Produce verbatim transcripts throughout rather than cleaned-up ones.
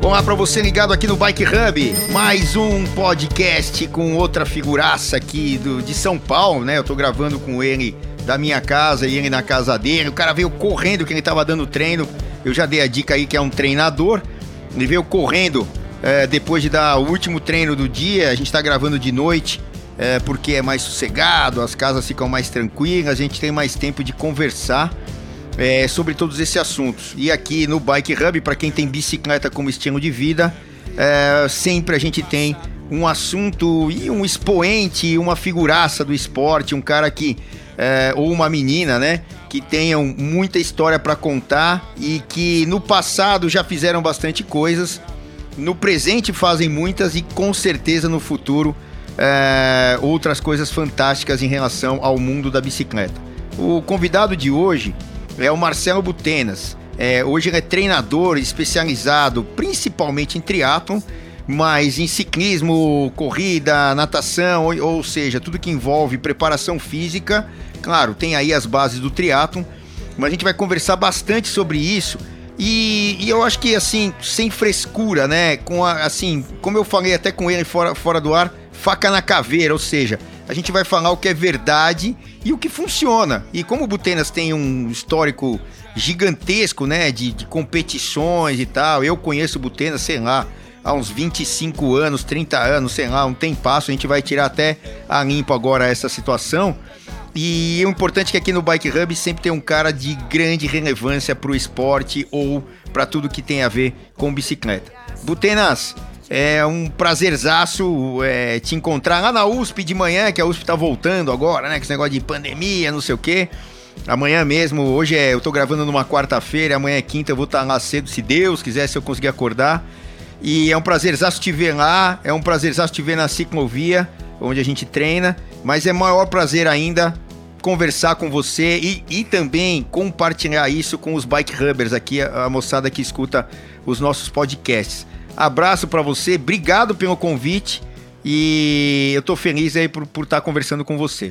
Olá para você ligado aqui no Bike Hub, mais um podcast com outra figuraça aqui do, de São Paulo, né? Eu tô gravando com ele da minha casa e ele na casa dele. O cara veio correndo que ele tava dando treino. Eu já dei a dica aí que é um treinador. Ele veio correndo é, depois de dar o último treino do dia. A gente tá gravando de noite é, porque é mais sossegado, as casas ficam mais tranquilas, a gente tem mais tempo de conversar É, sobre todos esses assuntos. E aqui no Bike Hub, para quem tem bicicleta como estilo de vida, é, sempre a gente tem um assunto e um expoente, uma figuraça do esporte, um cara que, é, ou uma menina, né, que tenham muita história para contar e que no passado já fizeram bastante coisas, no presente fazem muitas e com certeza no futuro é, outras coisas fantásticas em relação ao mundo da bicicleta. O convidado de hoje é o Marcelo Butenas. É, hoje ele é treinador especializado principalmente em triatlon, mas em ciclismo, corrida, natação, ou, ou seja, tudo que envolve preparação física. Claro, tem aí as bases do triatlon, mas a gente vai conversar bastante sobre isso. E, e eu acho que, assim, sem frescura, né? Com a, assim, como eu falei até com ele fora, fora do ar, faca na caveira, ou seja, a gente vai falar o que é verdade e o que funciona. E como o Butenas tem um histórico gigantesco, né, de, de competições e tal, eu conheço o Butenas, sei lá, há uns vinte e cinco anos, trinta anos, sei lá, um tempasso, a gente vai tirar até a limpo agora essa situação. E o importante é que aqui no Bike Hub sempre tem um cara de grande relevância para o esporte ou para tudo que tem a ver com bicicleta. Butenas, é um prazerzaço é, te encontrar lá na U S P de manhã, que a U S P tá voltando agora, né? Com esse negócio de pandemia, não sei o quê. Amanhã mesmo, hoje é, eu tô gravando numa quarta-feira, amanhã é quinta, eu vou estar lá cedo, se Deus quiser, se eu conseguir acordar. E é um prazerzaço te ver lá, é um prazerzaço te ver na ciclovia, onde a gente treina. Mas é maior prazer ainda conversar com você e, e também compartilhar isso com os Bike Hubbers aqui, a, a moçada que escuta os nossos podcasts. Abraço para você, obrigado pelo convite e eu tô feliz aí por, por estar conversando com você.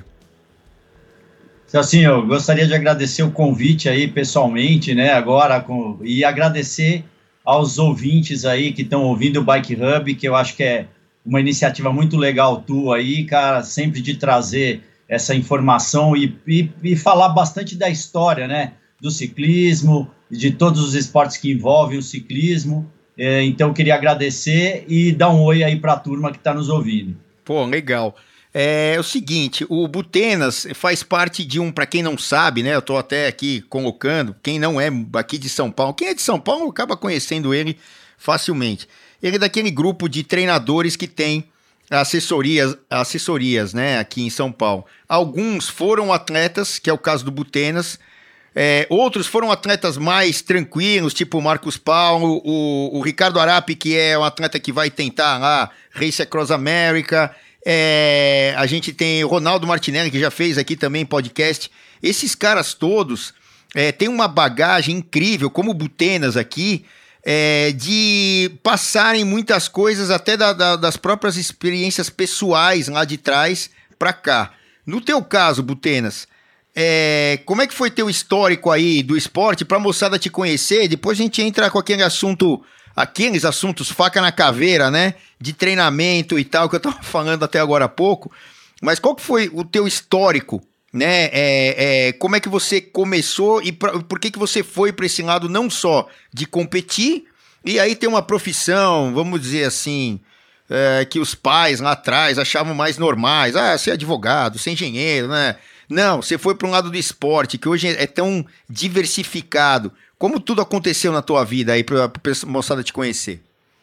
Assim, eu gostaria de agradecer o convite aí pessoalmente, né, agora, com, e agradecer aos ouvintes aí que estão ouvindo o Bike Hub, que eu acho que é uma iniciativa muito legal tua aí, cara, sempre de trazer essa informação e, e, e falar bastante da história, né, do ciclismo, de todos os esportes que envolvem o ciclismo. É, então, eu queria agradecer e dar um oi aí para a turma que está nos ouvindo. Pô, legal. É, é o seguinte, o Butenas faz parte de um, para quem não sabe, né, eu estou até aqui colocando, quem não é aqui de São Paulo, quem é de São Paulo acaba conhecendo ele facilmente. Ele é daquele grupo de treinadores que tem assessorias, assessorias, né, aqui em São Paulo. Alguns foram atletas, que é o caso do Butenas. É, outros foram atletas mais tranquilos, tipo o Marcos Paulo, o, o Ricardo Arapi, que é um atleta que vai tentar lá, Race Across America. É, a gente tem o Ronaldo Martinelli, que já fez aqui também podcast. Esses caras todos é, têm uma bagagem incrível, como o Butenas aqui, é, de passarem muitas coisas até da, da, das próprias experiências pessoais lá de trás para cá. No teu caso, Butenas, É, como é que foi teu histórico aí do esporte pra moçada te conhecer? Depois a gente entra com aquele assunto, aqueles assuntos faca na caveira, né? De treinamento e tal, que eu tava falando até agora há pouco. Mas qual que foi o teu histórico, né? É, é, como é que você começou e pra, por que que você foi pra esse lado não só de competir e aí ter uma profissão, vamos dizer assim, é, que os pais lá atrás achavam mais normais. Ah, ser advogado, ser engenheiro, né? Não, você foi para um lado do esporte, que hoje é tão diversificado. Como tudo aconteceu na tua vida aí, para a moçada te conhecer?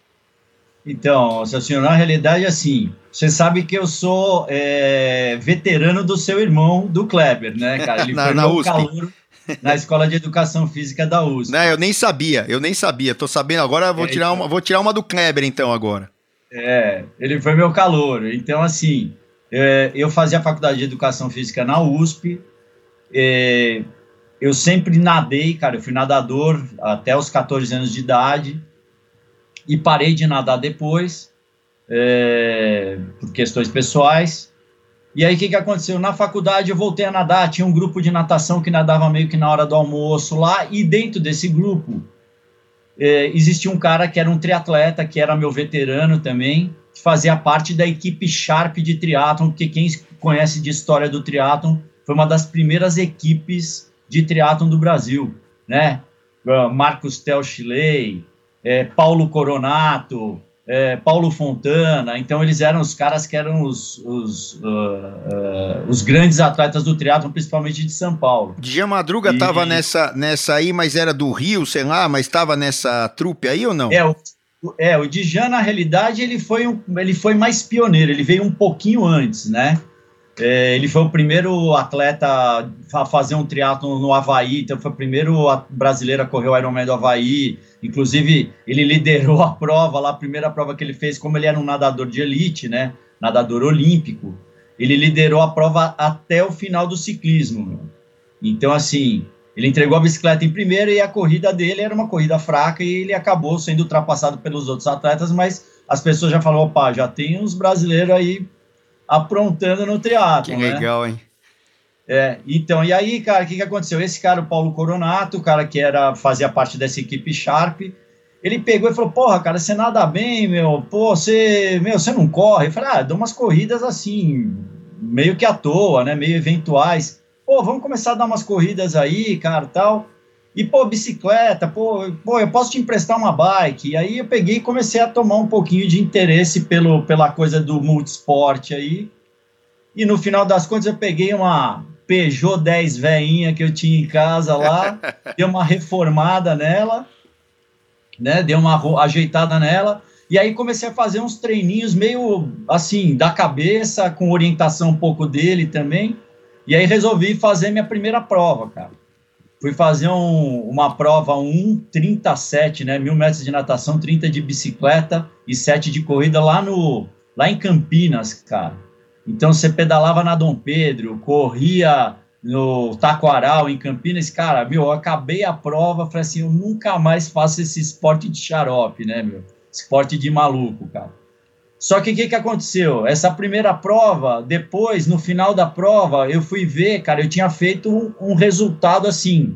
Então, seu senhor, na realidade, assim, você sabe que eu sou é, veterano do seu irmão, do Kleber, né, cara? Ele na, foi na meu U S P. calouro na Escola de Educação Física da U S P. Não, eu nem sabia, eu nem sabia. Tô sabendo agora, vou, é, tirar, então... uma, vou tirar uma do Kleber, então, agora. É, ele foi meu calouro. Então, assim... eu fazia faculdade de Educação Física na U S P, eu sempre nadei, cara, eu fui nadador até os catorze anos de idade, e parei de nadar depois, é, por questões pessoais, e aí o que, que aconteceu? Na faculdade eu voltei a nadar, tinha um grupo de natação que nadava meio que na hora do almoço lá, e dentro desse grupo é, existia um cara que era um triatleta, que era meu veterano também, que fazia parte da equipe Sharp de triatlon, porque quem conhece de história do triatlon, foi uma das primeiras equipes de triatlon do Brasil, né? Marcos Telchilei, é, Paulo Coronato, é, Paulo Fontana. Então eles eram os caras que eram os, os, uh, uh, os grandes atletas do triatlon, principalmente de São Paulo. Djalma Madruga estava e... nessa, nessa aí, mas era do Rio, sei lá, mas estava nessa trupe aí ou não? É, o, é, o Djalma, na realidade, ele foi, um, ele foi mais pioneiro, ele veio um pouquinho antes, né? É, ele foi o primeiro atleta a fazer um triatlon no Havaí, então foi o primeiro brasileiro a correr o Ironman do Havaí. Inclusive, ele liderou a prova lá, a primeira prova que ele fez, como ele era um nadador de elite, né, nadador olímpico, ele liderou a prova até o final do ciclismo. Meu. Então, assim, ele entregou a bicicleta em primeiro e a corrida dele era uma corrida fraca e ele acabou sendo ultrapassado pelos outros atletas, mas as pessoas já falaram, opa, já tem uns brasileiros aí aprontando no triatlo, Que legal, né? Hein? É, então, e aí, cara, o que, que aconteceu? Esse cara, o Paulo Coronato, o cara que era, fazia parte dessa equipe Sharp, ele pegou e falou, porra, cara, você nada bem, meu, pô, você, meu, você não corre? Eu falei, ah, dou umas corridas assim, meio que à toa, né, meio eventuais. Pô, vamos começar a dar umas corridas aí, cara, tal. E, pô, bicicleta, pô, pô, eu posso te emprestar uma bike? E aí eu peguei e comecei a tomar um pouquinho de interesse pelo, pela coisa do multisport aí. E no final das contas eu peguei uma Peugeot dez veinha que eu tinha em casa lá, dei uma reformada nela, né, dei uma ajeitada nela. E aí comecei a fazer uns treininhos meio, assim, da cabeça, com orientação um pouco dele também. E aí resolvi fazer minha primeira prova, cara. Fui fazer um, uma prova um trinta e sete, né? Mil metros de natação, trinta de bicicleta e sete de corrida lá, no, lá em Campinas, cara. Então você pedalava na Dom Pedro, corria no Taquaral, em Campinas. Cara, meu, eu acabei a prova, falei assim, eu nunca mais faço esse esporte de xarope, né, meu? Esporte de maluco, cara. Só que o que, que aconteceu? Essa primeira prova, depois, no final da prova, eu fui ver, cara, eu tinha feito um, um resultado assim.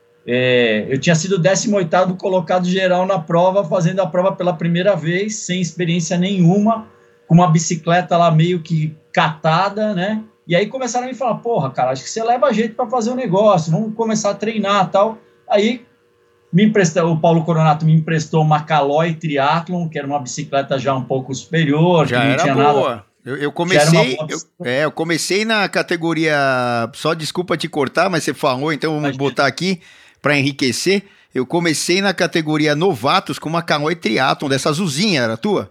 É, eu tinha sido décimo oitavo colocado geral na prova, fazendo a prova pela primeira vez, sem experiência nenhuma, com uma bicicleta lá meio que catada, né? E aí começaram a me falar, porra, cara, acho que você leva jeito para fazer o negócio, vamos começar a treinar e tal. Aí me emprestou, o Paulo Coronato me emprestou uma Caloi Triathlon, que era uma bicicleta já um pouco superior, já que não era tinha boa. nada. Eu, eu comecei, eu, é, eu comecei na categoria, só desculpa te cortar, mas você falou, então vamos Imagina. botar aqui para enriquecer. Eu comecei na categoria novatos com uma Caloi Triathlon, dessa azulzinha, era a tua?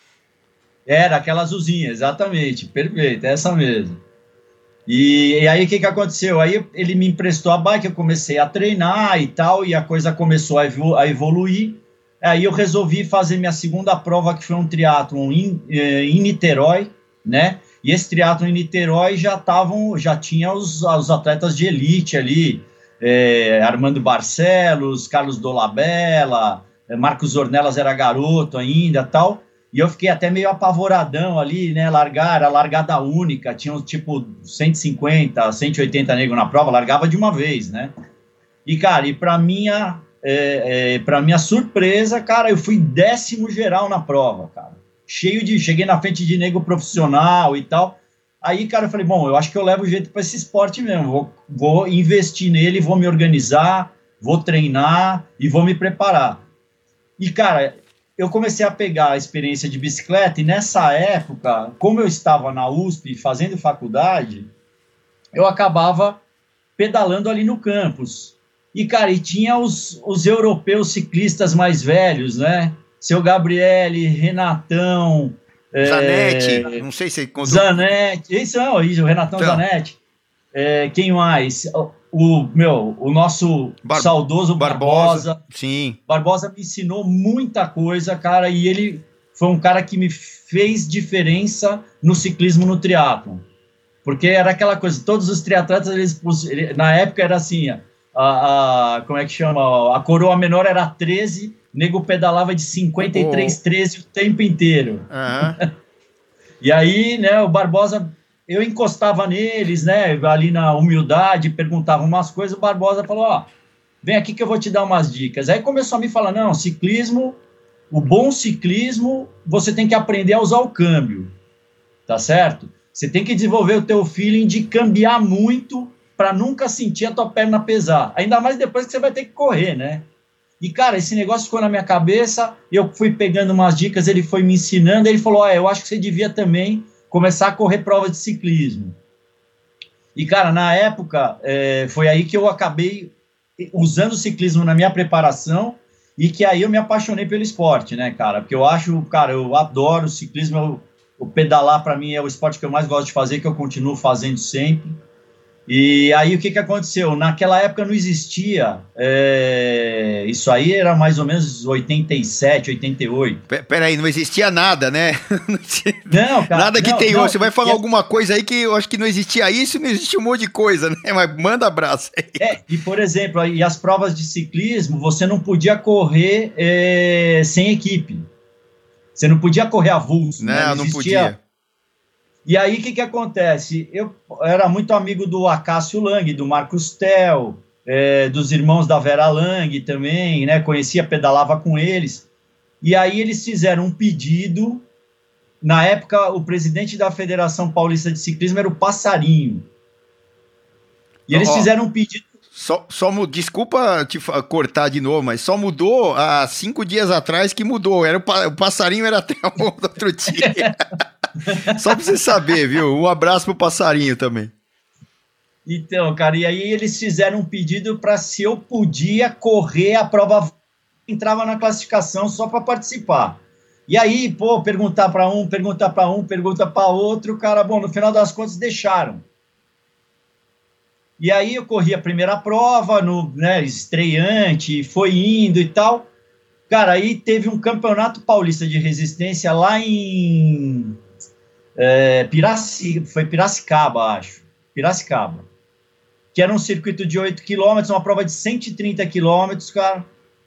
Era aquela azulzinha, exatamente, perfeito, essa mesmo. E, e aí o que, que aconteceu? Aí ele me emprestou a bike, eu comecei a treinar e tal, e a coisa começou a, evolu a evoluir. Aí eu resolvi fazer minha segunda prova, que foi um triatlon em, em Niterói, né? E esse triatlon em Niterói já estavam, já tinha os, os atletas de elite ali, é, Armando Barcelos, Carlos Dolabella, Marcos Ornelas era garoto ainda tal. E eu fiquei até meio apavoradão ali, né, largar, era largada única, tinha tipo cento e cinquenta, cento e oitenta negros na prova, largava de uma vez, né? E, cara, e pra minha, é, é, pra minha surpresa, cara, eu fui décimo geral na prova, cara. Cheio de, cheguei na frente de nego profissional e tal. Aí, cara, eu falei, bom, eu acho que eu levo jeito pra esse esporte mesmo, vou, vou investir nele, vou me organizar, vou treinar e vou me preparar. E, cara, eu comecei a pegar a experiência de bicicleta e nessa época, como eu estava na U S P fazendo faculdade, eu acabava pedalando ali no campus. E, cara, e tinha os, os europeus ciclistas mais velhos, né? Seu Gabriele, Renatão... Zanetti, é, não sei se... Quando... Zanetti, isso não, isso, o Renatão então. Zanetti. É, quem mais? O, meu, o nosso Bar saudoso Barbosa. Barbosa. Sim. Barbosa me ensinou muita coisa, cara, e ele foi um cara que me fez diferença no ciclismo, no triatlon. Porque era aquela coisa, todos os triatletas, eles, na época era assim, a, a, como é que chama? A coroa menor era treze, o nego pedalava de cinquenta e três, treze o tempo inteiro. Uhum. E aí, né, o Barbosa... Eu encostava neles, né, ali na humildade, perguntava umas coisas, o Barbosa falou, ó, vem aqui que eu vou te dar umas dicas. Aí começou a me falar, não, ciclismo, o bom ciclismo, você tem que aprender a usar o câmbio, tá certo? Você tem que desenvolver o teu feeling de cambiar muito para nunca sentir a tua perna pesar. Ainda mais depois que você vai ter que correr, né? E, cara, esse negócio ficou na minha cabeça, eu fui pegando umas dicas, ele foi me ensinando, ele falou, ó, eu acho que você devia também começar a correr prova de ciclismo. E, cara, na época, é, foi aí que eu acabei usando o ciclismo na minha preparação e que aí eu me apaixonei pelo esporte, né, cara? Porque eu acho, cara, eu adoro o ciclismo, eu, o pedalar, para mim, é o esporte que eu mais gosto de fazer, que eu continuo fazendo sempre. E aí, o que que aconteceu? Naquela época não existia, é, isso aí era mais ou menos oitenta e sete, oitenta e oito. P- Peraí, não existia nada, né? Não, cara. Nada que não, tem não, hoje. Você vai falar é, alguma coisa aí que eu acho que não existia isso, não existia um monte de coisa, né? Mas manda abraço aí. É, e por exemplo, e as provas de ciclismo, você não podia correr é, sem equipe. Você não podia correr avulso. Não, né? não, não existia... podia. E aí, o que que acontece? Eu era muito amigo do Acácio Lang, do Marcos Tel, é, dos irmãos da Vera Lang também, né? Conhecia, pedalava com eles. E aí eles fizeram um pedido. Na época, o presidente da Federação Paulista de Ciclismo era o Passarinho. E eles Ó, fizeram um pedido. Só, só mu- desculpa te fa- cortar de novo, mas só mudou há cinco dias atrás que mudou. Era o, pa- o passarinho era até o outro dia. Só pra você saber, viu? Um abraço pro passarinho também. Então, cara, e aí eles fizeram um pedido para se eu podia correr a prova, entrava na classificação só para participar. E aí, pô, perguntar para um, perguntar para um, pergunta para outro, cara, bom, no final das contas deixaram. E aí eu corri a primeira prova, no, né, estreante, foi indo e tal. Cara, aí teve um campeonato paulista de resistência lá em é, Piraci, foi Piracicaba, acho. Piracicaba. Que era um circuito de oito quilômetros, uma prova de cento e trinta quilômetros, cara.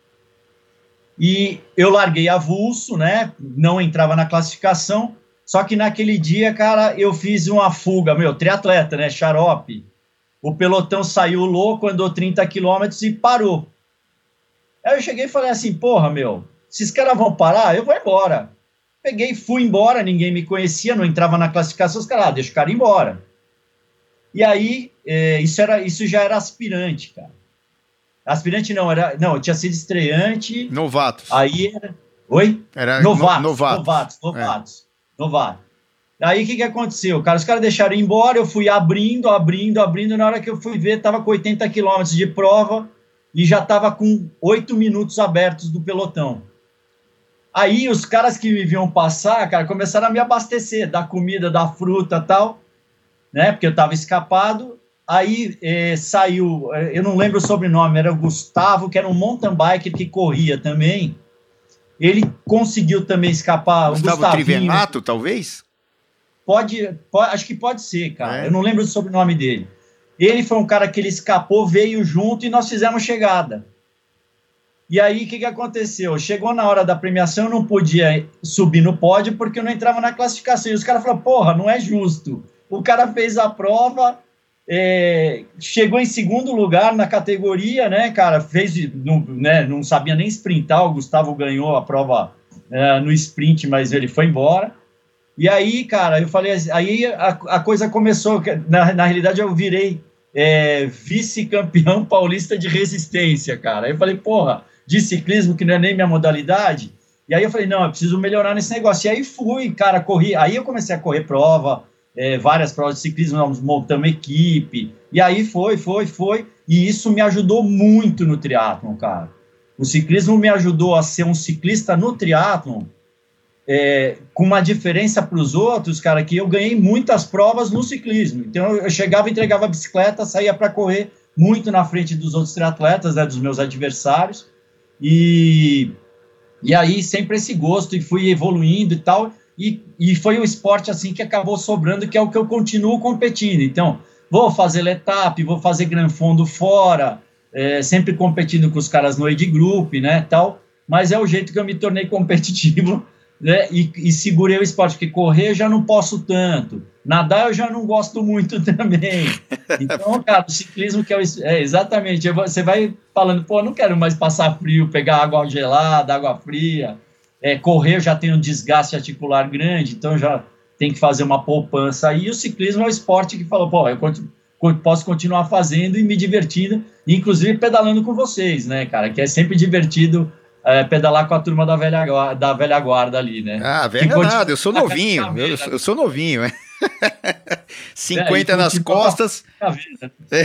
E eu larguei avulso, né? Não entrava na classificação. Só que naquele dia, cara, eu fiz uma fuga, meu, triatleta, né? Xarope. O pelotão saiu louco, andou trinta quilômetros e parou. Aí eu cheguei e falei assim, porra, meu, esses caras vão parar? Eu vou embora. Peguei e fui embora, ninguém me conhecia, não entrava na classificação, os caras, ah, deixa o cara ir embora. E aí, é, isso, era, isso já era aspirante, cara. Aspirante não, era, não, eu tinha sido estreante. Novatos. Aí era... Oi? Era novatos, no, novatos. Novatos, novatos. É. Novatos. Aí o que que aconteceu? Cara, os caras deixaram ir embora, eu fui abrindo, abrindo, abrindo, na hora que eu fui ver, tava com oitenta quilômetros de prova e já tava com oito minutos abertos do pelotão. Aí os caras que me viam passar, cara, começaram a me abastecer da comida, da fruta e tal, né, porque eu tava escapado. Aí eh, saiu, eu não lembro o sobrenome, era o Gustavo, que era um mountain biker que corria também. Ele conseguiu também escapar. Gustavo o Trivenato, talvez? Pode, pode, acho que pode ser, cara. É. Eu não lembro do sobrenome dele. Ele foi um cara que ele escapou, veio junto e nós fizemos chegada. E aí, o que, que aconteceu? Chegou na hora da premiação, eu não podia subir no pódio porque eu não entrava na classificação. E os caras falaram, porra, não é justo. O cara fez a prova, é, chegou em segundo lugar na categoria, né, cara? Fez, não, né, não sabia nem sprintar. O Gustavo ganhou a prova é, no sprint, mas ele foi embora. E aí, cara, eu falei assim, aí a, a coisa começou, na, na realidade eu virei é, vice-campeão paulista de resistência, cara. Aí eu falei, porra, de ciclismo, que não é nem minha modalidade. E aí eu falei, não, eu preciso melhorar nesse negócio. E aí fui, cara, corri. Aí eu comecei a correr prova, é, várias provas de ciclismo, nós montamos equipe. E aí foi, foi, foi. E isso me ajudou muito no triatlon, cara. O ciclismo me ajudou a ser um ciclista no triatlon, É, com uma diferença para os outros, cara, que eu ganhei muitas provas no ciclismo. Então, eu chegava, entregava a bicicleta, saía para correr muito na frente dos outros triatletas, né, dos meus adversários, e, e aí sempre esse gosto, e fui evoluindo e tal, e, e foi um esporte assim que acabou sobrando, que é o que eu continuo competindo. Então, vou fazer Letap, vou fazer Gran Fondo fora, é, sempre competindo com os caras no Age Group, né, tal, mas é o jeito que eu me tornei competitivo né, e, e segurei o esporte, porque correr eu já não posso tanto, nadar eu já não gosto muito também. Então, cara, o ciclismo que é, o, é exatamente, você vai falando, pô, não quero mais passar frio, pegar água gelada, água fria, é, correr eu já tenho um desgaste articular grande, então já tem que fazer uma poupança. E o ciclismo é o esporte que falou, pô, eu posso continuar fazendo e me divertindo, inclusive pedalando com vocês, né, cara, que é sempre divertido é, pedalar com a turma da velha, da velha guarda ali, né. Ah, velha nada, eu sou novinho, eu, eu sou novinho, é. cinquenta é, nas costas. É.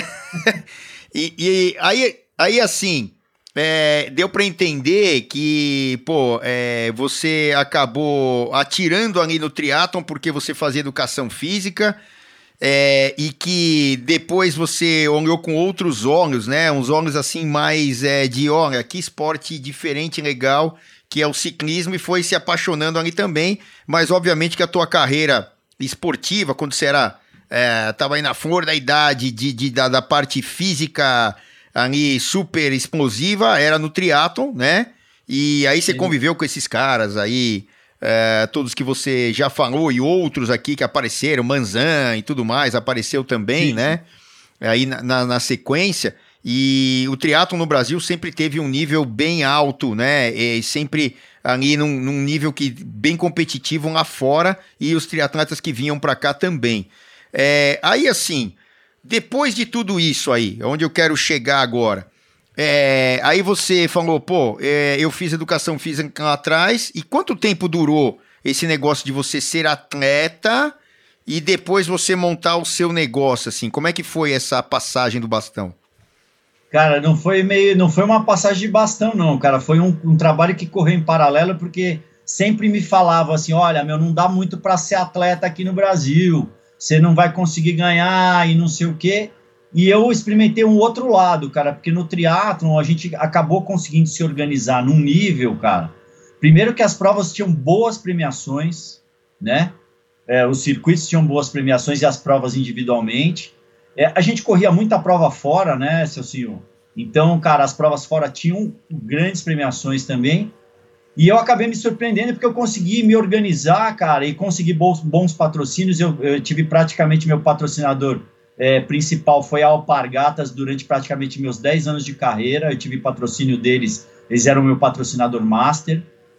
E, e aí, aí assim, é, deu para entender que, pô, é, você acabou atirando ali no triatlon porque você fazia educação física, é, e que depois você olhou com outros olhos, né? Uns olhos assim mais é, de, olha, que esporte diferente, legal, que é o ciclismo, e foi se apaixonando ali também, mas obviamente que a tua carreira esportiva, quando você era, é, tava aí na flor da idade de, de, da, da parte física ali super explosiva, era no triatlon, né? E aí você Sim. conviveu com esses caras aí, é, todos que você já falou, e outros aqui que apareceram, Manzan e tudo mais, apareceu também, Sim. né? Aí na, na, na sequência, e o triatlon no Brasil sempre teve um nível bem alto, né? E sempre ali num, num nível que, bem competitivo lá fora, e os triatletas que vinham para cá também. É, aí assim, depois de tudo isso aí, onde eu quero chegar agora, é, aí você falou, pô, é, eu fiz educação física lá atrás, e quanto tempo durou esse negócio de você ser atleta e depois você montar o seu negócio, assim? Como é que foi essa passagem do bastão? Cara, não foi meio, não foi uma passagem de bastão, não, cara, foi um, um trabalho que correu em paralelo, porque sempre me falava assim, olha, meu, não dá muito para ser atleta aqui no Brasil, você não vai conseguir ganhar e não sei o quê. E eu experimentei um outro lado, cara, porque no triatlon a gente acabou conseguindo se organizar num nível, cara. Primeiro que as provas tinham boas premiações, né? É, os circuitos tinham boas premiações e as provas individualmente. É, a gente corria muita prova fora, né, seu senhor? Então, cara, as provas fora tinham grandes premiações também. E eu acabei me surpreendendo porque eu consegui me organizar, cara, e consegui bons, bons patrocínios. Eu, eu tive praticamente meu patrocinador É, principal foi a Alpargatas durante praticamente meus dez anos de carreira. Eu tive patrocínio deles, eles eram meu patrocinador master,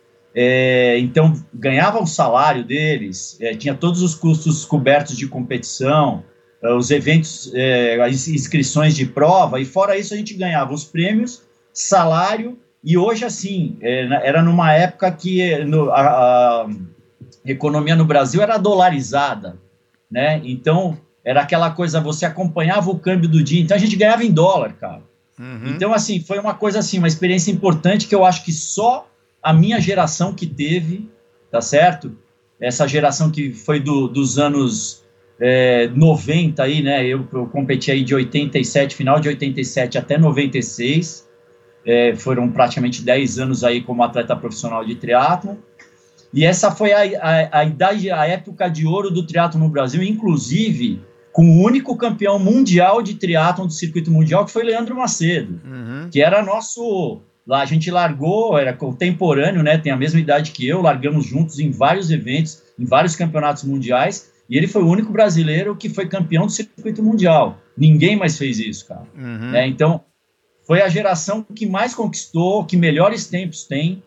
é, então ganhava o salário deles, é, tinha todos os custos cobertos de competição, é, os eventos, é, as inscrições de prova, e fora isso a gente ganhava os prêmios, salário. E hoje assim, é, era numa época que no, a, a economia no Brasil era dolarizada, né? Então era aquela coisa, você acompanhava o câmbio do dia, então a gente ganhava em dólar, cara. Uhum. Então, assim, foi uma coisa assim, uma experiência importante que eu acho que só a minha geração que teve, tá certo? Essa geração que foi do, dos anos é, noventa aí, né? Eu, eu competi aí de oitenta e sete, final de oitenta e sete até noventa e seis, é, foram praticamente dez anos aí como atleta profissional de triatlon. E essa foi a, a, a idade, a época de ouro do triatlon no Brasil, inclusive com o único campeão mundial de triatlon do circuito mundial, que foi Leandro Macedo, uhum. que era nosso... Lá a gente largou, era contemporâneo, né? Tem a mesma idade que eu, largamos juntos em vários eventos, em vários campeonatos mundiais, e ele foi o único brasileiro que foi campeão do circuito mundial. Ninguém mais fez isso, cara. Uhum. É, então, foi a geração que mais conquistou, que melhores tempos tem.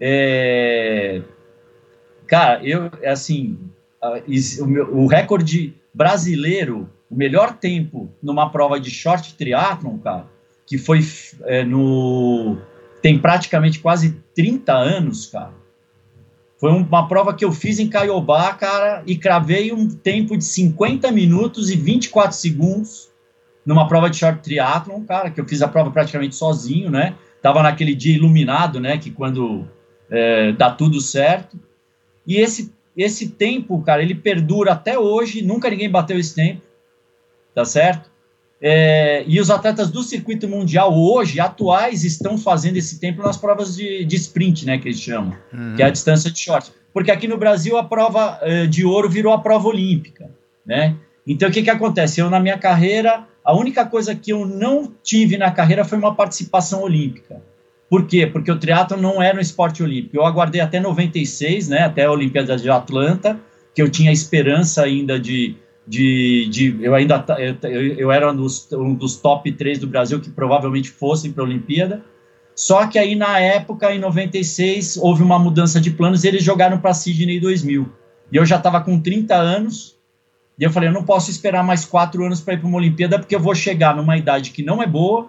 É... Cara, eu, assim, o, meu, o recorde brasileiro, o melhor tempo numa prova de short triatlon, cara, que foi é, no... tem praticamente quase trinta anos, cara. Foi uma prova que eu fiz em Caiobá, cara, e cravei um tempo de cinquenta minutos e vinte e quatro segundos numa prova de short triatlon, cara, que eu fiz a prova praticamente sozinho, né? Tava naquele dia iluminado, né? Que quando é, dá tudo certo. E esse, esse tempo, cara, ele perdura até hoje, nunca ninguém bateu esse tempo, tá certo? É, e os atletas do circuito mundial hoje, atuais, estão fazendo esse tempo nas provas de, de sprint, né, que eles chamam, uhum. que é a distância de short. Porque aqui no Brasil a prova uh, de ouro virou a prova olímpica, né? Então o que que acontece? Eu, na minha carreira, a única coisa que eu não tive na carreira foi uma participação olímpica. Por quê? Porque o triatlon não era um esporte olímpico. Eu aguardei até noventa e seis, né, até a Olimpíada de Atlanta, que eu tinha esperança ainda de... de, de eu ainda eu, eu era um dos, um dos top três do Brasil que provavelmente fossem para a Olimpíada. Só que aí, na época, em noventa e seis, houve uma mudança de planos e eles jogaram para Sydney dois mil. E eu já estava com trinta anos, e eu falei, eu não posso esperar mais quatro anos para ir para uma Olimpíada, porque eu vou chegar numa idade que não é boa,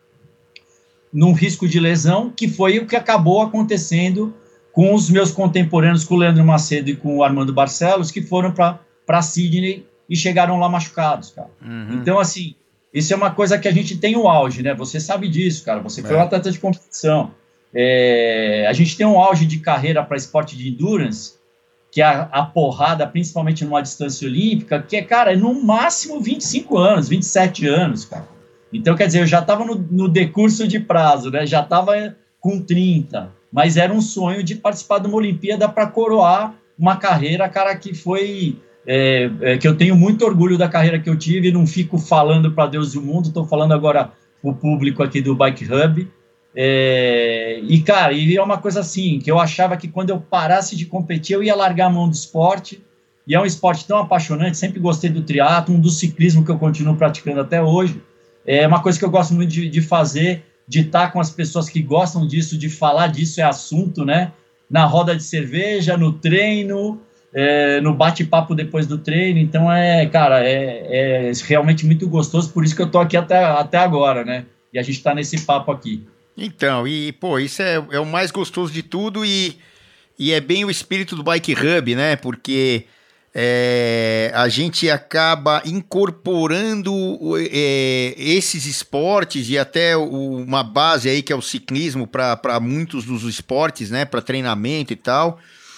num risco de lesão, que foi o que acabou acontecendo com os meus contemporâneos, com o Leandro Macedo e com o Armando Barcelos, que foram para Sydney e chegaram lá machucados, cara. Uhum. Então, assim, isso é uma coisa que a gente tem o auge, né? Você sabe disso, cara. Você é. foi um atleta de competição. É, a gente tem um auge de carreira para esporte de endurance, que é a, a porrada, principalmente numa distância olímpica, que é, cara, é no máximo vinte e cinco anos, vinte e sete anos, cara. Então, quer dizer, eu já estava no, no decurso de prazo, né? Já estava com trinta, mas era um sonho de participar de uma Olimpíada para coroar uma carreira, cara, que foi... É, é, que eu tenho muito orgulho da carreira que eu tive, não fico falando para Deus e o mundo, estou falando agora o público aqui do Bike Hub, é, e cara, e é uma coisa assim, que eu achava que quando eu parasse de competir, eu ia largar a mão do esporte, e é um esporte tão apaixonante, sempre gostei do triatlo, um do ciclismo que eu continuo praticando até hoje, é uma coisa que eu gosto muito de, de fazer, de estar com as pessoas que gostam disso, de falar disso é assunto, né, na roda de cerveja, no treino, É, no bate-papo depois do treino, então é, cara, é, é realmente muito gostoso, por isso que eu tô aqui até, até agora, né, e a gente tá nesse papo aqui. Então, e pô, isso é, é o mais gostoso de tudo e, e é bem o espírito do Bike Hub, né, porque é, a gente acaba incorporando é, esses esportes e até o, uma base aí que é o ciclismo para muitos dos esportes, né, para treinamento e tal.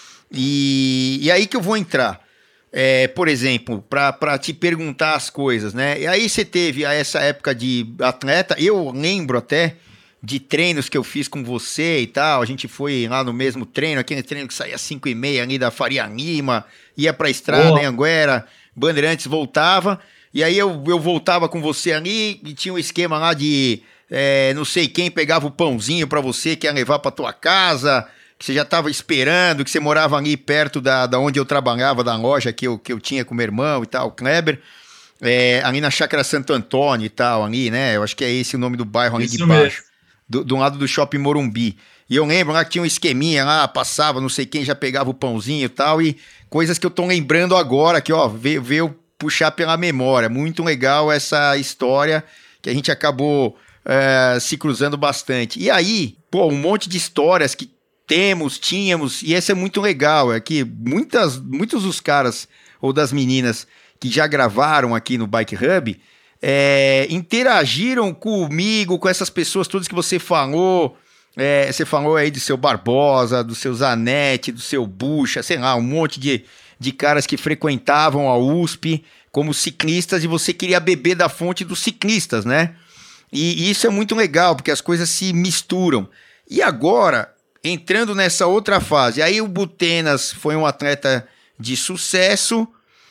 E, e aí que eu vou entrar, é, por exemplo, para te perguntar as coisas, né? E aí você teve essa época de atleta, eu lembro até de treinos que eu fiz com você e tal, a gente foi lá no mesmo treino, aquele treino que saía às cinco e meia ali da Faria Lima, ia pra estrada oh. em Anguera, Bandeirantes voltava, e aí eu, eu voltava com você ali e tinha um esquema lá de é, não sei quem pegava o pãozinho pra você que ia levar pra tua casa... que você já estava esperando, que você morava ali perto da, da onde eu trabalhava, da loja que eu, que eu tinha com meu irmão e tal, Kleber, é, ali na Chácara Santo Antônio e tal, ali, né? Eu acho que é esse o nome do bairro ali Isso de baixo, do, do lado do Shopping Morumbi. E eu lembro lá que tinha um esqueminha lá, passava, não sei quem, já pegava o pãozinho e tal, e coisas que eu tô lembrando agora, que ó, veio, veio puxar pela memória. Muito legal essa história que a gente acabou é, se cruzando bastante. E aí, pô, um monte de histórias que temos, tínhamos, e essa é muito legal, é que muitas, muitos dos caras ou das meninas que já gravaram aqui no Bike Hub é, interagiram comigo, com essas pessoas todas que você falou, é, você falou aí do seu Barbosa, do seu Zanetti, do seu Bucha, sei lá, um monte de, de caras que frequentavam a U S P como ciclistas e você queria beber da fonte dos ciclistas, né? E, e isso é muito legal, porque as coisas se misturam. E agora... entrando nessa outra fase, aí o Butenas foi um atleta de sucesso,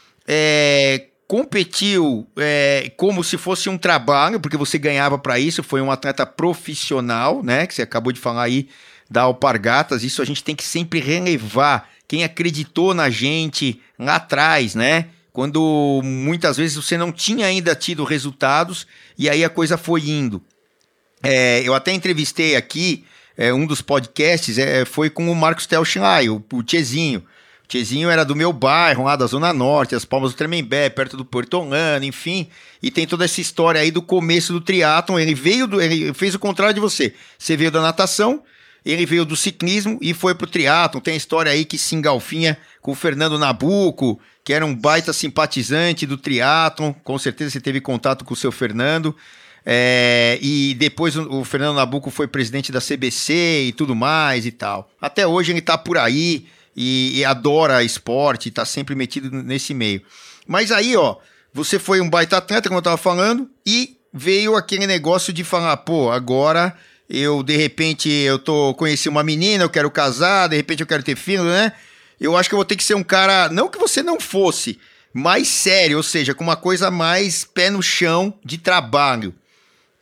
é, competiu é, como se fosse um trabalho, porque você ganhava para isso, foi um atleta profissional, né, que você acabou de falar aí da Alpargatas, isso a gente tem que sempre relevar, quem acreditou na gente lá atrás, né, quando muitas vezes você não tinha ainda tido resultados, e aí a coisa foi indo. É, eu até entrevistei aqui, É, um dos podcasts é, foi com o Marcos Telchlay, o, o Tchezinho. O Tchezinho era do meu bairro, lá da Zona Norte, as Palmas do Tremembé, perto do Porto Orlando, enfim. E tem toda essa história aí do começo do triatlon. Ele veio do, ele fez o contrário de você. Você veio da natação, ele veio do ciclismo e foi pro triatlon. Tem a história aí que se engalfinha com o Fernando Nabuco, que era um baita simpatizante do triatlon. Com certeza você teve contato com o seu Fernando. É, e depois o, o Fernando Nabuco foi presidente da C B C e tudo mais e tal. Até hoje ele tá por aí e, e adora esporte, tá sempre metido nesse meio. Mas aí, ó, você foi um baita atleta, como eu tava falando, e veio aquele negócio de falar, pô, agora eu, de repente, eu tô conheci uma menina, eu quero casar, de repente eu quero ter filho, né? Eu acho que eu vou ter que ser um cara, não que você não fosse, mais sério, ou seja, com uma coisa mais pé no chão de trabalho.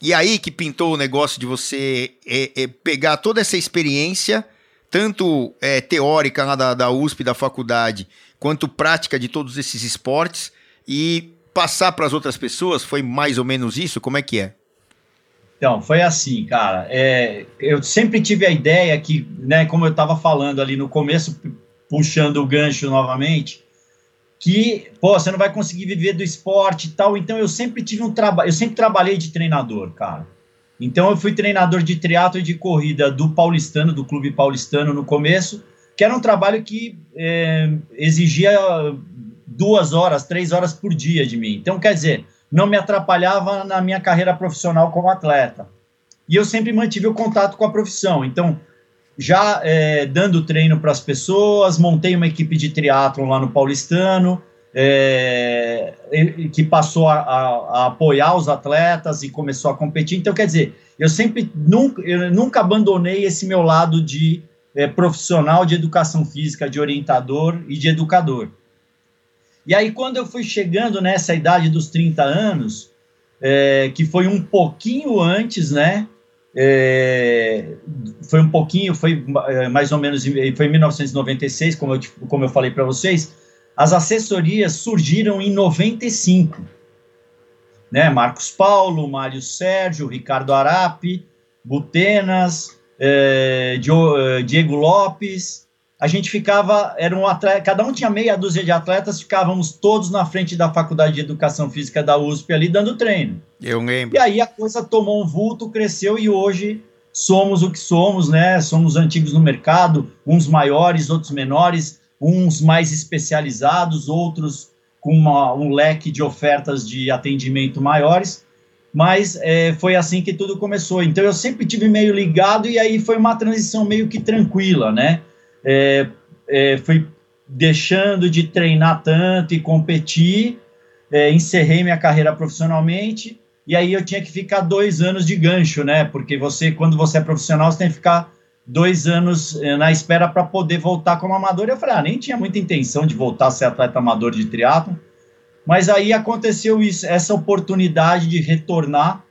E aí que pintou o negócio de você é, é, pegar toda essa experiência, tanto é, teórica lá da, da U S P, da faculdade, quanto prática de todos esses esportes, e passar para as outras pessoas? Foi mais ou menos isso? Como é que é? Então, foi assim, cara. É, eu sempre tive a ideia que, né, como eu estava falando ali no começo, puxando o gancho novamente, que, pô, você não vai conseguir viver do esporte e tal. Então, eu sempre tive um trabalho, eu sempre trabalhei de treinador, cara. Então, eu fui treinador de triatlo e de corrida do Paulistano, do Clube Paulistano no começo, que era um trabalho que é, exigia duas horas, três horas por dia de mim. Então, quer dizer, não me atrapalhava na minha carreira profissional como atleta. E eu sempre mantive o contato com a profissão. Então, já é, dando treino para as pessoas, montei uma equipe de triatlon lá no Paulistano, é, que passou a, a, a apoiar os atletas e começou a competir. Então, quer dizer, eu sempre, nunca, eu nunca abandonei esse meu lado de é, profissional de educação física, de orientador e de educador. E aí, quando eu fui chegando nessa idade dos trinta anos, é, que foi um pouquinho antes, né? É, foi um pouquinho, foi é, mais ou menos, foi em mil novecentos e noventa e seis, como eu, como eu falei para vocês, as assessorias surgiram em noventa e cinco. Né? Marcos Paulo, Mário Sérgio, Ricardo Arapi, Butenas, é, Diego Lopes. A gente ficava, era um atleta, cada um tinha meia dúzia de atletas, ficávamos todos na frente da Faculdade de Educação Física da U S P ali dando treino. Eu lembro. E aí a coisa tomou um vulto, cresceu e hoje somos o que somos, né? Somos antigos no mercado, uns maiores, outros menores, uns mais especializados, outros com uma, um leque de ofertas de atendimento maiores, mas é, foi assim que tudo começou. Então eu sempre tive meio ligado e aí foi uma transição meio que tranquila, né? É, é, fui deixando de treinar tanto e competir, é, encerrei minha carreira profissionalmente, e aí eu tinha que ficar dois anos de gancho, né? Porque você, quando você é profissional, você tem que ficar dois anos é, na espera para poder voltar como amador. E eu falei, ah, nem tinha muita intenção de voltar a ser atleta amador de triatlo, mas aí aconteceu isso, essa oportunidade de retornar,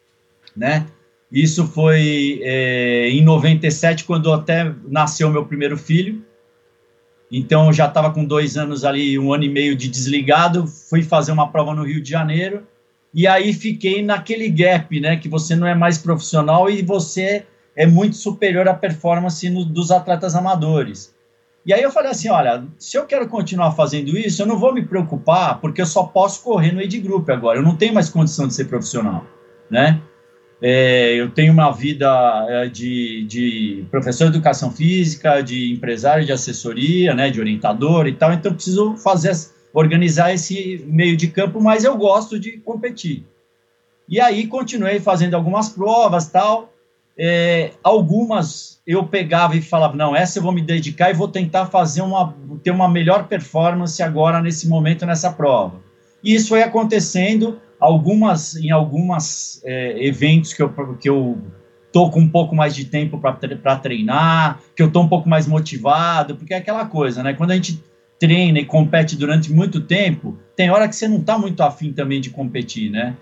né? Isso foi é, em noventa e sete, quando até nasceu meu primeiro filho. Então, eu já estava com dois anos ali, um ano e meio de desligado. Fui fazer uma prova no Rio de Janeiro. E aí fiquei naquele gap, né? Que você não é mais profissional e você é muito superior à performance no, dos atletas amadores. E aí eu falei assim, olha, se eu quero continuar fazendo isso, eu não vou me preocupar, porque eu só posso correr no age group agora. Eu não tenho mais condição de ser profissional, né? É, eu tenho uma vida é, de, de professor de educação física, de empresário de assessoria, né, de orientador e tal, então eu preciso fazer, organizar esse meio de campo, mas eu gosto de competir. E aí continuei fazendo algumas provas e tal, é, algumas eu pegava e falava, não, essa eu vou me dedicar e vou tentar fazer uma, ter uma melhor performance agora, nesse momento, nessa prova. E isso foi acontecendo. Algumas, em alguns é, eventos que eu, que eu tô com um pouco mais de tempo para treinar, que eu tô um pouco mais motivado, porque é aquela coisa, né? Quando a gente treina e compete durante muito tempo, tem hora que você não tá muito afim também de competir, né?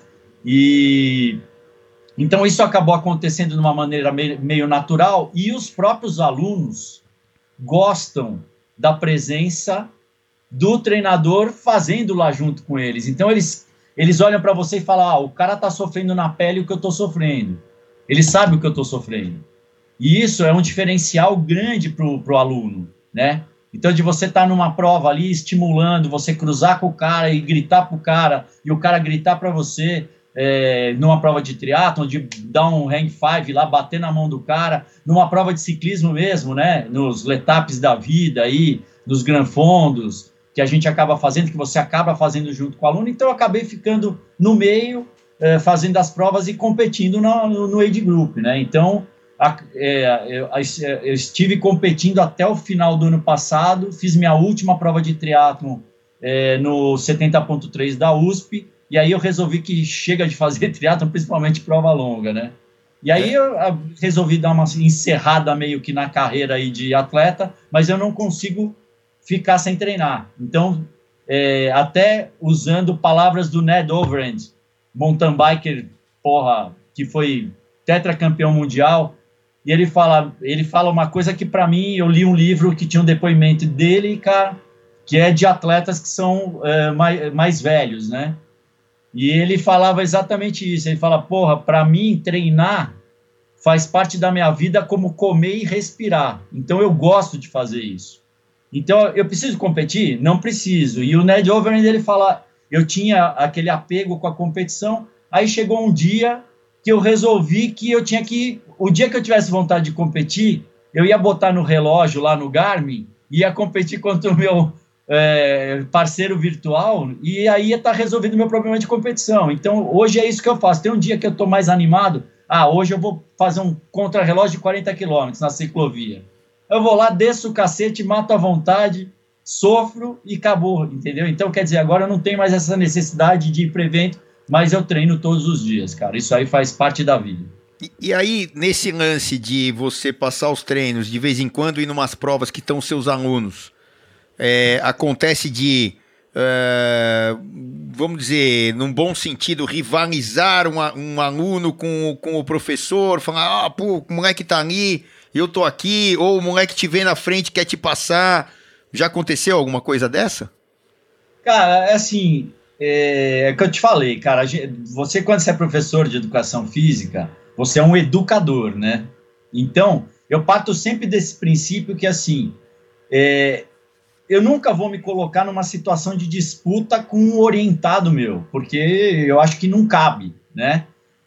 E então isso acabou acontecendo de uma maneira meio, meio natural, e os próprios alunos gostam da presença do treinador fazendo lá junto com eles. Então eles Eles olham para você e falam, ah, o cara está sofrendo na pele o que eu estou sofrendo. Ele sabe o que eu estou sofrendo. E isso é um diferencial grande para o aluno, né? Então, de você estar tá numa prova ali, estimulando, você cruzar com o cara e gritar para o cara, e o cara gritar para você, é, numa prova de triatlon, de dar um hang five lá, bater na mão do cara, numa prova de ciclismo mesmo, né? Nos letapes da vida aí, nos gran fondos, que a gente acaba fazendo, que você acaba fazendo junto com o aluno. Então eu acabei ficando no meio, eh, fazendo as provas e competindo no, no, no age group, né? Então a, é, eu, eu estive competindo até o final do ano passado, fiz minha última prova de triatlon é, no setenta ponto três da U S P, e aí eu resolvi que chega de fazer triatlon, principalmente prova longa, né? E aí eu resolvi dar uma encerrada meio que na carreira aí de atleta, mas eu não consigo ficar sem treinar. Então, é, até usando palavras do Ned Overend, mountain biker, porra, que que foi tetracampeão mundial, e ele fala, ele fala uma coisa que para mim, eu li um livro que tinha um depoimento dele, cara, que é de atletas que são é, mais, mais velhos, né? E ele falava exatamente isso, ele fala, porra, para mim treinar faz parte da minha vida como comer e respirar, então eu gosto de fazer isso. Então, eu preciso competir? Não preciso. E o Ned Overend, ele fala, eu tinha aquele apego com a competição, aí chegou um dia que eu resolvi que eu tinha que, o dia que eu tivesse vontade de competir, eu ia botar no relógio lá no Garmin, ia competir contra o meu é, parceiro virtual, e aí ia estar resolvido o meu problema de competição. Então, hoje é isso que eu faço. Tem um dia que eu estou mais animado, ah, hoje eu vou fazer um contrarrelógio de quarenta quilômetros na ciclovia. Eu vou lá, desço o cacete, mato à vontade, sofro e acabou, entendeu? Então, quer dizer, agora eu não tenho mais essa necessidade de ir para evento, mas eu treino todos os dias, cara. Isso aí faz parte da vida. E, e aí, nesse lance de você passar os treinos, de vez em quando ir numas provas que estão seus alunos, é, acontece de, é, vamos dizer, num bom sentido, rivalizar um, um aluno com, com o professor, falar, ah, pô, o moleque tá ali, eu tô aqui, ou o moleque te vê na frente, quer te passar. Já aconteceu alguma coisa dessa? Cara, é assim, é, é que eu te falei, cara, você quando você é professor de educação física, você é um educador, né? Então, eu parto sempre desse princípio que, assim, é, eu nunca vou me colocar numa situação de disputa com um orientado meu, porque eu acho que não cabe, né?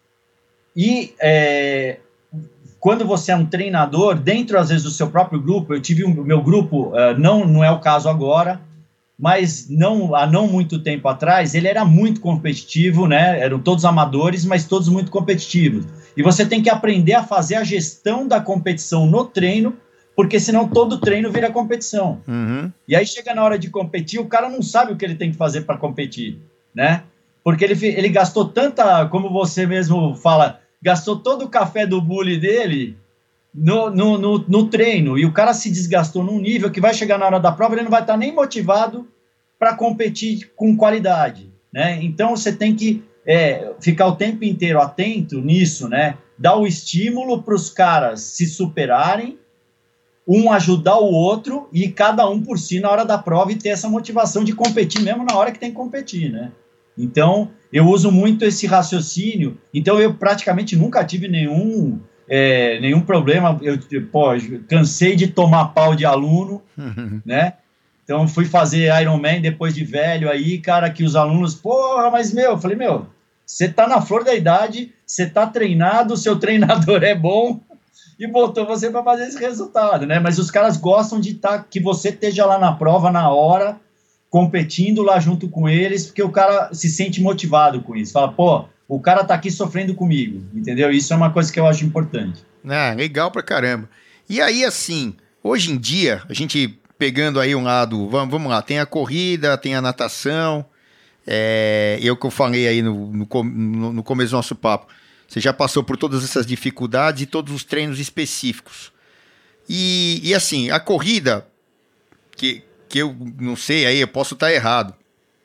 E... É, quando você é um treinador, dentro, às vezes, do seu próprio grupo, eu tive o um, meu grupo, uh, não, não é o caso agora, mas não, há não muito tempo atrás, ele era muito competitivo, né? Eram todos amadores, mas todos muito competitivos. E você tem que aprender a fazer a gestão da competição no treino, porque senão todo treino vira competição. Uhum. E aí chega na hora de competir, o cara não sabe o que ele tem que fazer para competir, né? Porque ele, ele gastou tanta, como você mesmo fala... gastou todo o café do bully dele no, no, no, no treino, e o cara se desgastou num nível que vai chegar na hora da prova, ele não vai estar nem motivado para competir com qualidade, né? Então você tem que é, ficar o tempo inteiro atento nisso, né? Dar o estímulo para os caras se superarem, um ajudar o outro, e cada um por si na hora da prova, e ter essa motivação de competir mesmo na hora que tem que competir, né? Então, eu uso muito esse raciocínio. Então, eu praticamente nunca tive nenhum, é, nenhum problema. Eu, pô, cansei de tomar pau de aluno, uhum. né? Então, fui fazer Ironman depois de velho aí, cara, que os alunos, porra, mas, meu, eu falei, meu, você tá na flor da idade, você tá treinado, seu treinador é bom e botou você para fazer esse resultado, né? Mas os caras gostam de tá, que você esteja lá na prova, na hora, competindo lá junto com eles, porque o cara se sente motivado com isso. Fala, pô, o cara tá aqui sofrendo comigo, entendeu? Isso é uma coisa que eu acho importante. Ah, legal pra caramba. E aí, assim, hoje em dia, a gente pegando aí um lado, vamos, vamos lá, tem a corrida, tem a natação, é, eu que eu falei aí no, no, no começo do nosso papo, você já passou por todas essas dificuldades e todos os treinos específicos. E, e assim, a corrida, que... que eu não sei, aí eu posso estar errado,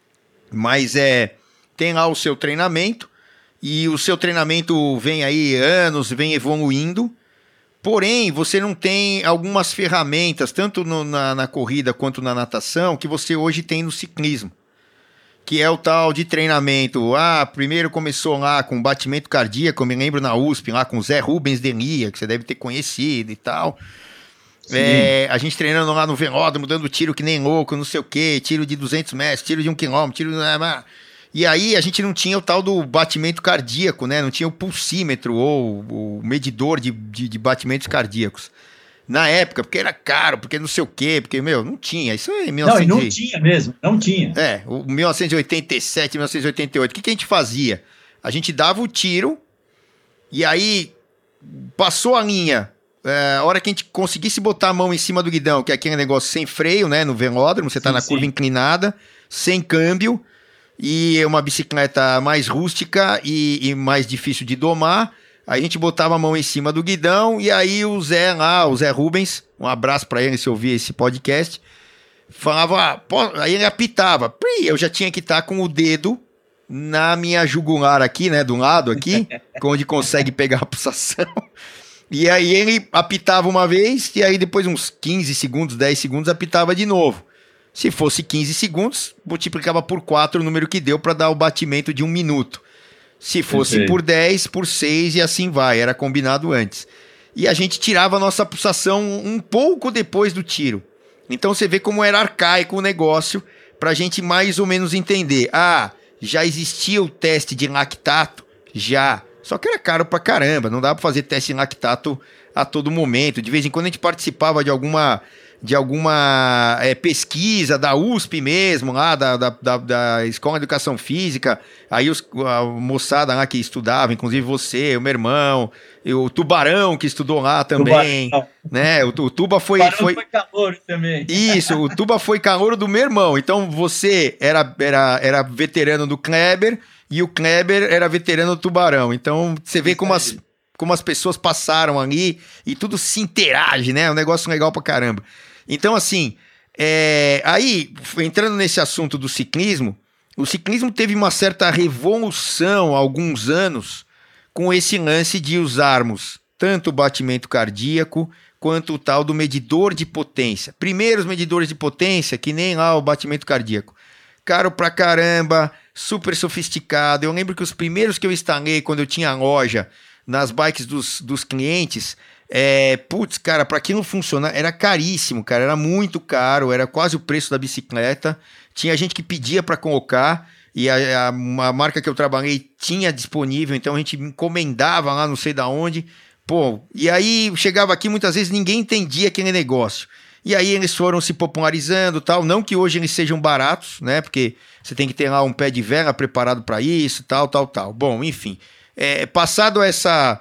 mas é, tem lá o seu treinamento, e o seu treinamento vem aí anos, vem evoluindo, porém, você não tem algumas ferramentas, tanto no, na, na corrida quanto na natação, que você hoje tem no ciclismo, que é o tal de treinamento. Ah, primeiro começou lá com batimento cardíaco, eu me lembro na U S P, lá com o Zé Rubens Delia, que você deve ter conhecido e tal. É, a gente treinando lá no velódromo, dando tiro que nem louco, não sei o que, tiro de duzentos metros, tiro de um quilômetro, tiro... E aí a gente não tinha o tal do batimento cardíaco, né? Não tinha o pulsímetro ou o medidor de, de, de batimentos cardíacos. Na época, porque era caro, porque não sei o quê, porque, meu, não tinha. Isso é em mil e novecentos... Não, e não tinha mesmo, não tinha. É, o mil novecentos e oitenta e sete, mil novecentos e oitenta e oito. O que, que a gente fazia? A gente dava o tiro e aí passou a linha... É, a hora que a gente conseguisse botar a mão em cima do guidão, que é aquele negócio sem freio, né, no velódromo, você tá sim, na sim. curva inclinada, sem câmbio, e uma bicicleta mais rústica e, e mais difícil de domar, aí a gente botava a mão em cima do guidão, e aí o Zé lá, o Zé Rubens, um abraço pra ele se ouvir esse podcast, falava, pô, aí ele apitava, eu já tinha que estar com o dedo na minha jugular aqui, né, do lado aqui, onde consegue pegar a pulsação. E aí ele apitava uma vez, e aí depois uns quinze segundos, dez segundos, apitava de novo. Se fosse quinze segundos, multiplicava por quatro o número que deu para dar o batimento de um minuto. Se fosse por dez, por seis e assim vai, era combinado antes. E a gente tirava a nossa pulsação um pouco depois do tiro. Então você vê como era arcaico o negócio, pra gente mais ou menos entender. Ah, já existia o teste de lactato? Já. Só que era caro pra caramba, não dava pra fazer teste de lactato a todo momento. De vez em quando a gente participava de alguma, de alguma é, pesquisa da U S P mesmo, lá da, da, da, da Escola de Educação Física. Aí os, a moçada lá que estudava, inclusive você, o meu irmão, e o Tubarão que estudou lá também. Tubarão. Né? O, o Tuba foi... Tubarão foi... foi calouro também. Isso, o Tuba foi calouro do meu irmão. Então você era, era, era veterano do Kleber e o Kleber era veterano do Tubarão. Então você vê como as, como as pessoas passaram ali e tudo se interage, né? É um negócio legal pra caramba. Então, assim, é... aí, entrando nesse assunto do ciclismo, o ciclismo teve uma certa revolução há alguns anos com esse lance de usarmos tanto o batimento cardíaco quanto o tal do medidor de potência. Primeiro os medidores de potência, que nem lá o batimento cardíaco. Caro pra caramba, super sofisticado. Eu lembro que os primeiros que eu instalei quando eu tinha loja nas bikes dos, dos clientes, é, putz, cara, pra aquilo funcionar, era caríssimo, cara, era muito caro, era quase o preço da bicicleta. Tinha gente que pedia pra colocar, e a, a, a marca que eu trabalhei tinha disponível, então a gente encomendava lá não sei da onde. Pô, e aí chegava aqui, muitas vezes ninguém entendia aquele negócio. E aí eles foram se popularizando, tal, não que hoje eles sejam baratos, né, porque você tem que ter lá um pé de vela preparado para isso, tal, tal, tal. Bom, enfim, é, passado essa,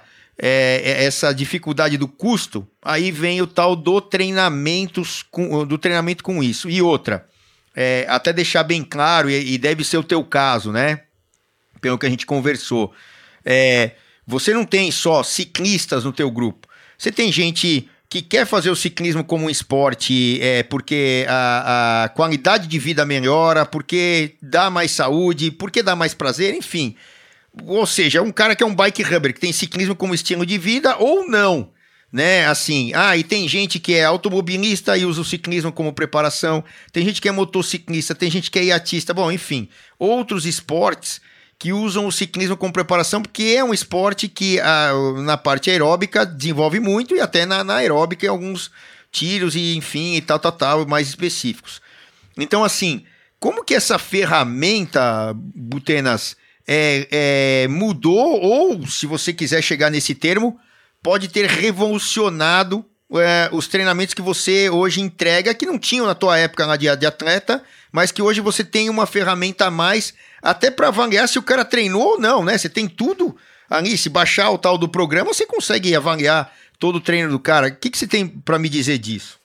é, essa dificuldade do custo, aí vem o tal do, treinamentos com, do treinamento com isso. E outra, é, até deixar bem claro, e, e deve ser o teu caso, né, pelo que a gente conversou, é... Você não tem só ciclistas no teu grupo. Você tem gente que quer fazer o ciclismo como um esporte é, porque a, a qualidade de vida melhora, porque dá mais saúde, porque dá mais prazer, enfim. Ou seja, um cara que é um bike rubber, que tem ciclismo como estilo de vida ou não. Né? Assim, ah, e tem gente que é automobilista e usa o ciclismo como preparação. Tem gente que é motociclista, tem gente que é iatista. Bom, enfim, outros esportes que usam o ciclismo como preparação, porque é um esporte que a, na parte aeróbica desenvolve muito, e até na, na aeróbica em alguns tiros e enfim, e tal, tal, tal, mais específicos. Então, assim, como que essa ferramenta, Butenas, é, é, mudou, ou, se você quiser chegar nesse termo, pode ter revolucionado é, os treinamentos que você hoje entrega, que não tinham na tua época lá de, de atleta, mas que hoje você tem uma ferramenta a mais, até para avaliar se o cara treinou ou não, né? Você tem tudo ali, se baixar o tal do programa, você consegue avaliar todo o treino do cara. O que, que você tem para me dizer disso?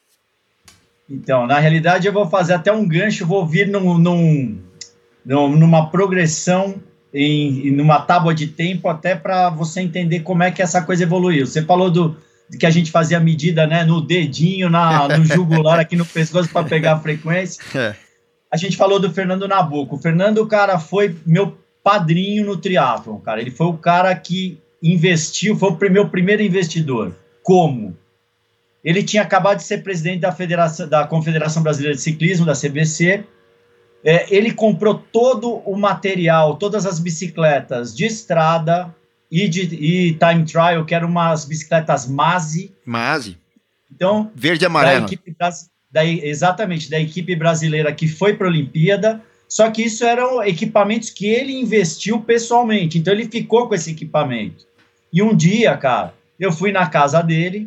Então, na realidade, eu vou fazer até um gancho, vou vir num, num, numa progressão, em, numa tábua de tempo, até para você entender como é que essa coisa evoluiu. Você falou do que a gente fazia medida, né, no dedinho, na, no jugular, aqui no pescoço, para pegar a frequência. É. A gente falou do Fernando Nabuco. O Fernando, o cara, foi meu padrinho no triatlon, cara. Ele foi o cara que investiu, foi o meu primeiro investidor. Como? Ele tinha acabado de ser presidente da, Federação, da Confederação Brasileira de Ciclismo, da C B C. É, ele comprou todo o material, todas as bicicletas de estrada e, de, e time trial, que eram umas bicicletas Maze. Maze. Então, verde e amarelo. Da equipe brasileira. Da, exatamente, da equipe brasileira que foi para a Olimpíada, só que isso eram equipamentos que ele investiu pessoalmente, então ele ficou com esse equipamento. E um dia, cara, eu fui na casa dele,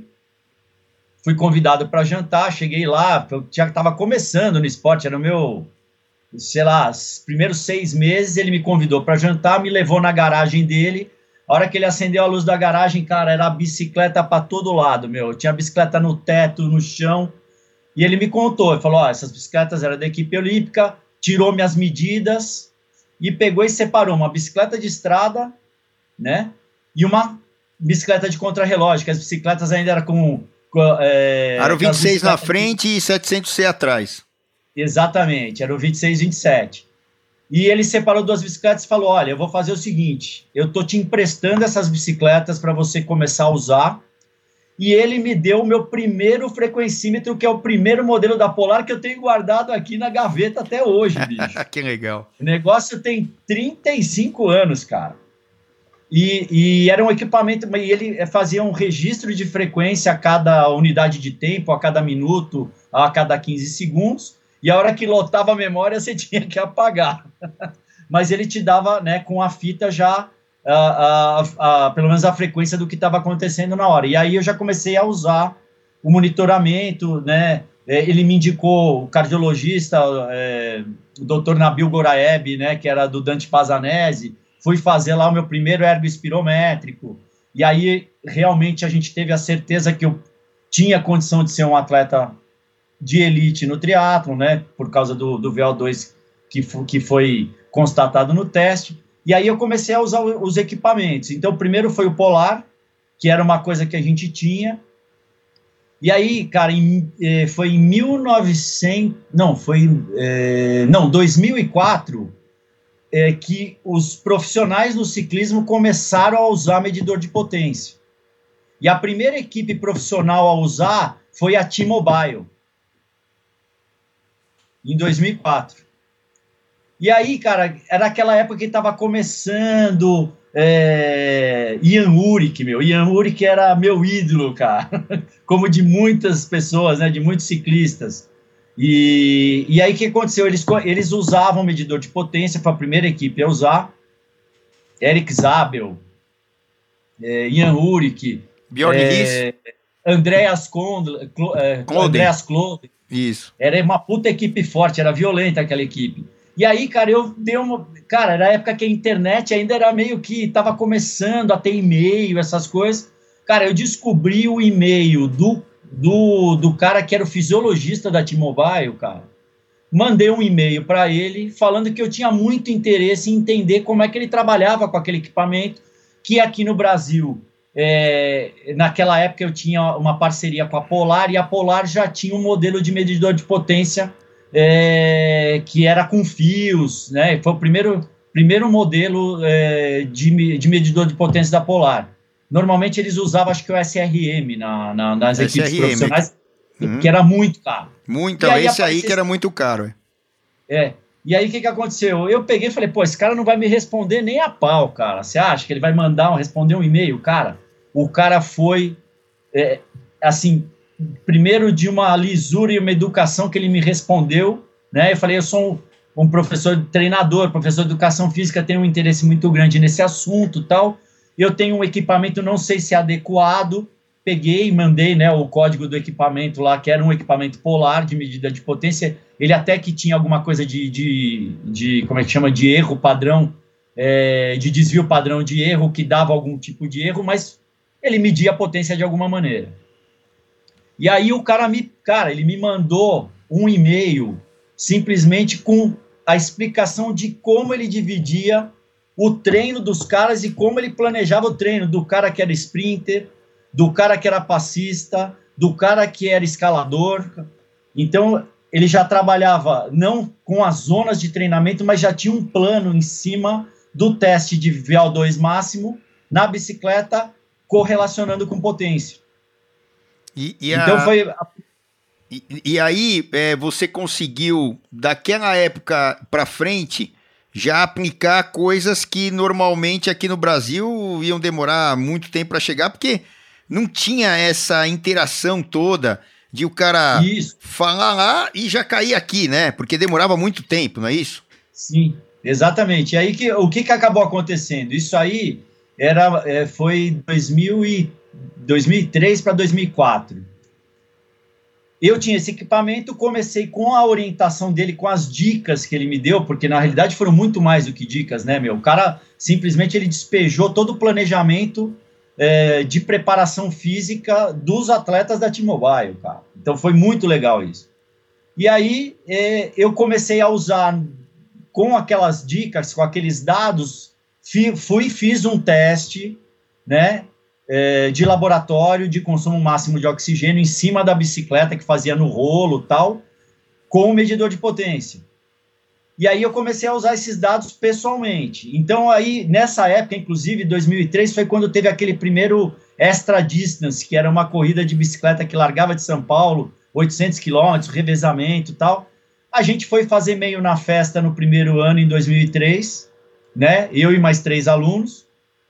fui convidado para jantar, cheguei lá, eu já estava começando no esporte, era o meu, sei lá, os primeiros seis meses, ele me convidou para jantar, me levou na garagem dele. A hora que ele acendeu a luz da garagem, cara, era bicicleta para todo lado, meu, tinha bicicleta no teto, no chão. E ele me contou, ele falou, ó, essas bicicletas eram da equipe olímpica, tirou minhas medidas e pegou e separou uma bicicleta de estrada, né, e uma bicicleta de contrarrelógio, que as bicicletas ainda eram com... com é, era o vinte e seis na frente e setecentos C atrás. Exatamente, era o vinte e seis, vinte e sete. E ele separou duas bicicletas e falou, olha, eu vou fazer o seguinte, eu tô te emprestando essas bicicletas para você começar a usar, e ele me deu o meu primeiro frequencímetro, que é o primeiro modelo da Polar que eu tenho guardado aqui na gaveta até hoje, bicho. Que legal. O negócio tem trinta e cinco anos, cara. E, e era um equipamento, e ele fazia um registro de frequência a cada unidade de tempo, a cada minuto, a cada quinze segundos, e a hora que lotava a memória você tinha que apagar. Mas ele te dava, né, com a fita já, a, a, a, pelo menos a frequência do que estava acontecendo na hora. E aí eu já comecei a usar o monitoramento, né? Ele me indicou o cardiologista, é, o doutor Nabil Goraeb, né, que era do Dante Pazanese. Fui fazer lá o meu primeiro ergoespirométrico, e aí realmente a gente teve a certeza que eu tinha condição de ser um atleta de elite no triatlon, né, por causa do, do V O dois que, que foi constatado no teste, e aí eu comecei a usar os equipamentos. Então, o primeiro foi o Polar, que era uma coisa que a gente tinha, e aí, cara, em, eh, foi em mil e novecentos, não, foi, eh, não, dois mil e quatro, É que os profissionais no ciclismo começaram a usar medidor de potência. E a primeira equipe profissional a usar foi a T-Mobile, em dois mil e quatro. E aí, cara, era aquela época que estava começando é, Ian Urik, meu. Ian Urik era meu ídolo, cara, como de muitas pessoas, né, de muitos ciclistas. E, e aí o que aconteceu? Eles, eles usavam medidor de potência, foi a primeira equipe a usar. Eric Zabel, é, Ian Urik, Bjorn é, Riss, Andreas Klode, é, Andreas Klode. Isso. Era uma puta equipe forte, era violenta aquela equipe. E aí, cara, eu dei uma. Cara, era a época que a internet ainda era meio que tava começando a ter e-mail, essas coisas. Cara, eu descobri o e-mail do. Do, do cara que era o fisiologista da T-Mobile, cara. Mandei um e-mail para ele falando que eu tinha muito interesse em entender como é que ele trabalhava com aquele equipamento, que aqui no Brasil, é, naquela época eu tinha uma parceria com a Polar, e a Polar já tinha um modelo de medidor de potência é, que era com fios, né? Foi o primeiro, primeiro modelo é, de, de medidor de potência da Polar. Normalmente eles usavam, acho que o S R M na, na, nas S R M. Equipes profissionais, uhum. que era muito caro. Muito, aí esse apareceu... aí que era muito caro. É, e aí o que, que aconteceu? Eu peguei e falei, pô, esse cara não vai me responder nem a pau, cara. Você acha que ele vai mandar, um, responder um e-mail? Cara, o cara foi, é, assim, primeiro de uma lisura e uma educação que ele me respondeu, né? Eu falei, eu sou um, um professor treinador, professor de educação física, tenho um interesse muito grande nesse assunto e tal. Eu tenho um equipamento, não sei se é adequado, peguei e mandei, né, o código do equipamento lá, que era um equipamento Polar de medida de potência, ele até que tinha alguma coisa de, de, de como é que chama, de erro padrão, é, de desvio padrão de erro, que dava algum tipo de erro, mas ele media a potência de alguma maneira. E aí o cara me, cara, ele me mandou um e-mail simplesmente com a explicação de como ele dividia o treino dos caras e como ele planejava o treino do cara que era sprinter, do cara que era passista, do cara que era escalador. Então, ele já trabalhava não com as zonas de treinamento, mas já tinha um plano em cima do teste de V O dois máximo na bicicleta, correlacionando com potência. E, e a... Então, foi... E, e aí, é, você conseguiu, daquela época para frente, já aplicar coisas que normalmente aqui no Brasil iam demorar muito tempo para chegar, porque não tinha essa interação toda de o cara isso. falar lá e já cair aqui, né? Porque demorava muito tempo, não é isso? Sim, exatamente. E aí, que, o que, que acabou acontecendo? Isso aí era, é, foi dois mil e, dois mil e três para dois mil e quatro. Eu tinha esse equipamento, comecei com a orientação dele, com as dicas que ele me deu, porque na realidade foram muito mais do que dicas, né, meu? O cara simplesmente ele despejou todo o planejamento é, de preparação física dos atletas da T-Mobile, cara. Então foi muito legal isso. E aí é, eu comecei a usar com aquelas dicas, com aqueles dados, fui e fiz um teste, né? É, de laboratório de consumo máximo de oxigênio em cima da bicicleta que fazia no rolo tal, com o medidor de potência. E aí eu comecei a usar esses dados pessoalmente. Então aí, nessa época, inclusive, dois mil e três, foi quando teve aquele primeiro Extra Distance, que era uma corrida de bicicleta que largava de São Paulo, oitocentos quilômetros, revezamento e tal. A gente foi fazer meio na festa no primeiro ano, em dois mil e três, né? Eu e mais três alunos.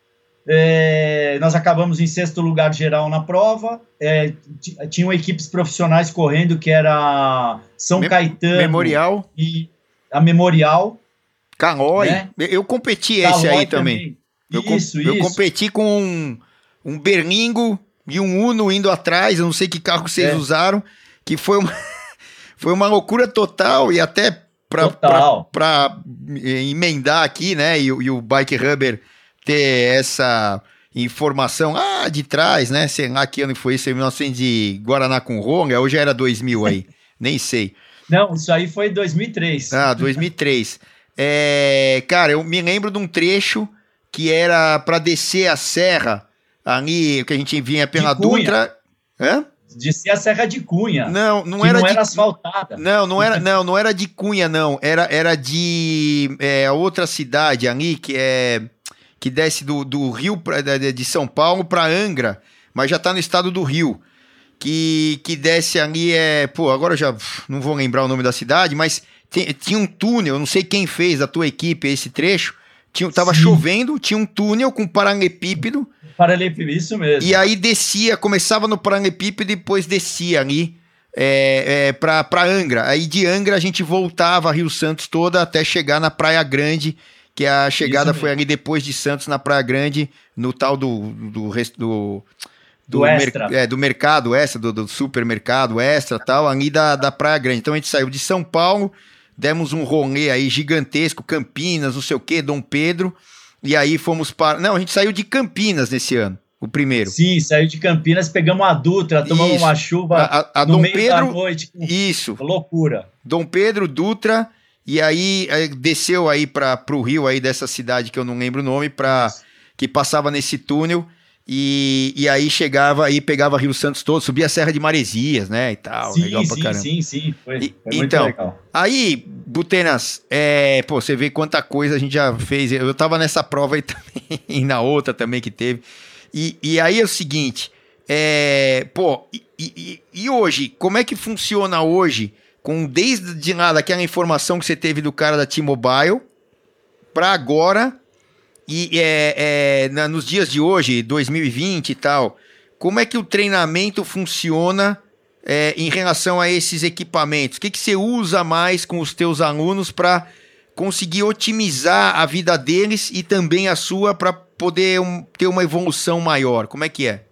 É, nós acabamos em sexto lugar geral na prova. É, tinham equipes profissionais correndo, que era São Mem Caetano Memorial e a Memorial. Calói. Né? Eu competi esse Calói aí também. também. Eu, isso, eu isso. competi com um, um Berlingo e um Uno indo atrás. Eu não sei que carro vocês é. usaram, que foi uma, foi uma loucura total. E até para emendar aqui, né? E, e o Bike Rubber ter essa informação ah, de trás, né? Sei lá que ano foi isso, mil e novecentos de Guaraná com Ronga, ou já era dois mil aí, nem sei. Não, isso aí foi dois mil e três. Ah, dois mil e três. É, cara, eu me lembro de um trecho que era para descer a serra, ali, que a gente vinha pela Dutra. Hã? Descer a Serra de Cunha. Não, não que era não de... era asfaltada. Não, não era, não, não era de Cunha, não. Era, era de é, outra cidade ali, que é... que desce do, do Rio, pra, de São Paulo para Angra, mas já tá no estado do Rio, que, que desce ali, é, pô, agora eu já não vou lembrar o nome da cidade, mas tem, tinha um túnel, eu não sei quem fez da tua equipe esse trecho, tinha, tava Sim. chovendo, tinha um túnel com paralelepípedo, paralelepípedo, isso mesmo, e aí descia, começava no paralelepípedo e depois descia ali, é, é, pra, pra Angra, aí de Angra a gente voltava a Rio Santos toda até chegar na Praia Grande, que a chegada foi ali depois de Santos, na Praia Grande, no tal do... do, do, do, do Extra. Mer, é, do mercado Extra, do, do supermercado Extra, tal, ali da, da Praia Grande. Então a gente saiu de São Paulo, demos um rolê aí gigantesco, Campinas, não sei o quê, Dom Pedro, e aí fomos para... Não, a gente saiu de Campinas nesse ano, o primeiro. Sim, saiu de Campinas, pegamos a Dutra, tomamos Isso. uma chuva a, a, a no Dom meio Pedro, da noite. Isso. Loucura. Dom Pedro, Dutra... E aí, aí desceu aí para o rio aí dessa cidade que eu não lembro o nome, pra, que passava nesse túnel e, e aí chegava aí, pegava Rio Santos todo, subia a Serra de Maresias, né, e tal. Sim, legal pra sim, caramba. sim, sim, foi, e, foi muito então, legal. Aí, Butenas, é, pô, você vê quanta coisa a gente já fez. Eu tava nessa prova aí também, e na outra também que teve. E, e aí é o seguinte, é, pô, e, e, e hoje, como é que funciona hoje? Com desde de lá daquela informação que você teve do cara da T-Mobile para agora e é, é, na, nos dias de hoje, dois mil e vinte e tal, como é que o treinamento funciona é, em relação a esses equipamentos? O que, que você usa mais com os teus alunos para conseguir otimizar a vida deles e também a sua para poder um, ter uma evolução maior? Como é que é?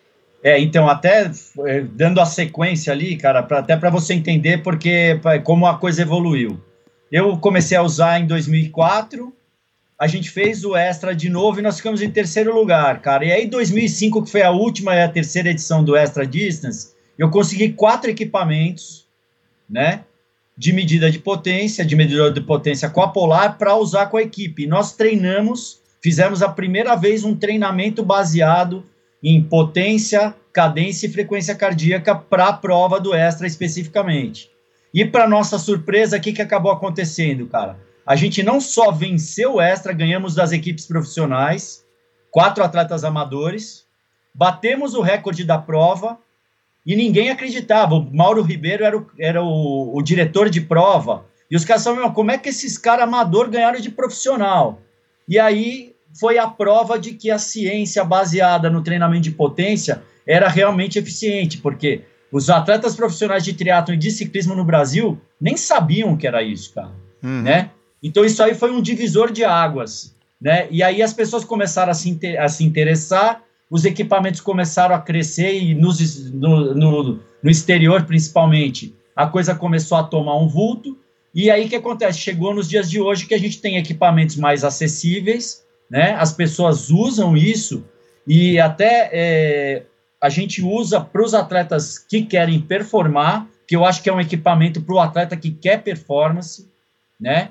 É, então, até dando a sequência ali, cara, pra, até para você entender porque como a coisa evoluiu. Eu comecei a usar em dois mil e quatro, a gente fez o Extra de novo e nós ficamos em terceiro lugar, cara. E aí, em dois mil e cinco, que foi a última e a terceira edição do Extra Distance, eu consegui quatro equipamentos, né, de medida de potência, de medidor de potência com a Polar para usar com a equipe. E nós treinamos, fizemos a primeira vez um treinamento baseado em potência, cadência e frequência cardíaca para a prova do Extra especificamente. E para nossa surpresa, o que, que acabou acontecendo, cara? A gente não só venceu o Extra, ganhamos das equipes profissionais, quatro atletas amadores, batemos o recorde da prova e ninguém acreditava. O Mauro Ribeiro era o, era o, o diretor de prova e os caras falavam, como é que esses caras amadores ganharam de profissional? E aí foi a prova de que a ciência baseada no treinamento de potência era realmente eficiente, porque os atletas profissionais de triatlon e de ciclismo no Brasil nem sabiam o que era isso, cara, uhum. né? Então isso aí foi um divisor de águas, né? E aí as pessoas começaram a se, inter- a se interessar, os equipamentos começaram a crescer e nos, no, no, no exterior, principalmente, a coisa começou a tomar um vulto. E aí o que acontece? Chegou nos dias de hoje que a gente tem equipamentos mais acessíveis, né? As pessoas usam isso e até é, a gente usa para os atletas que querem performar, que eu acho que é um equipamento para o atleta que quer performance, né?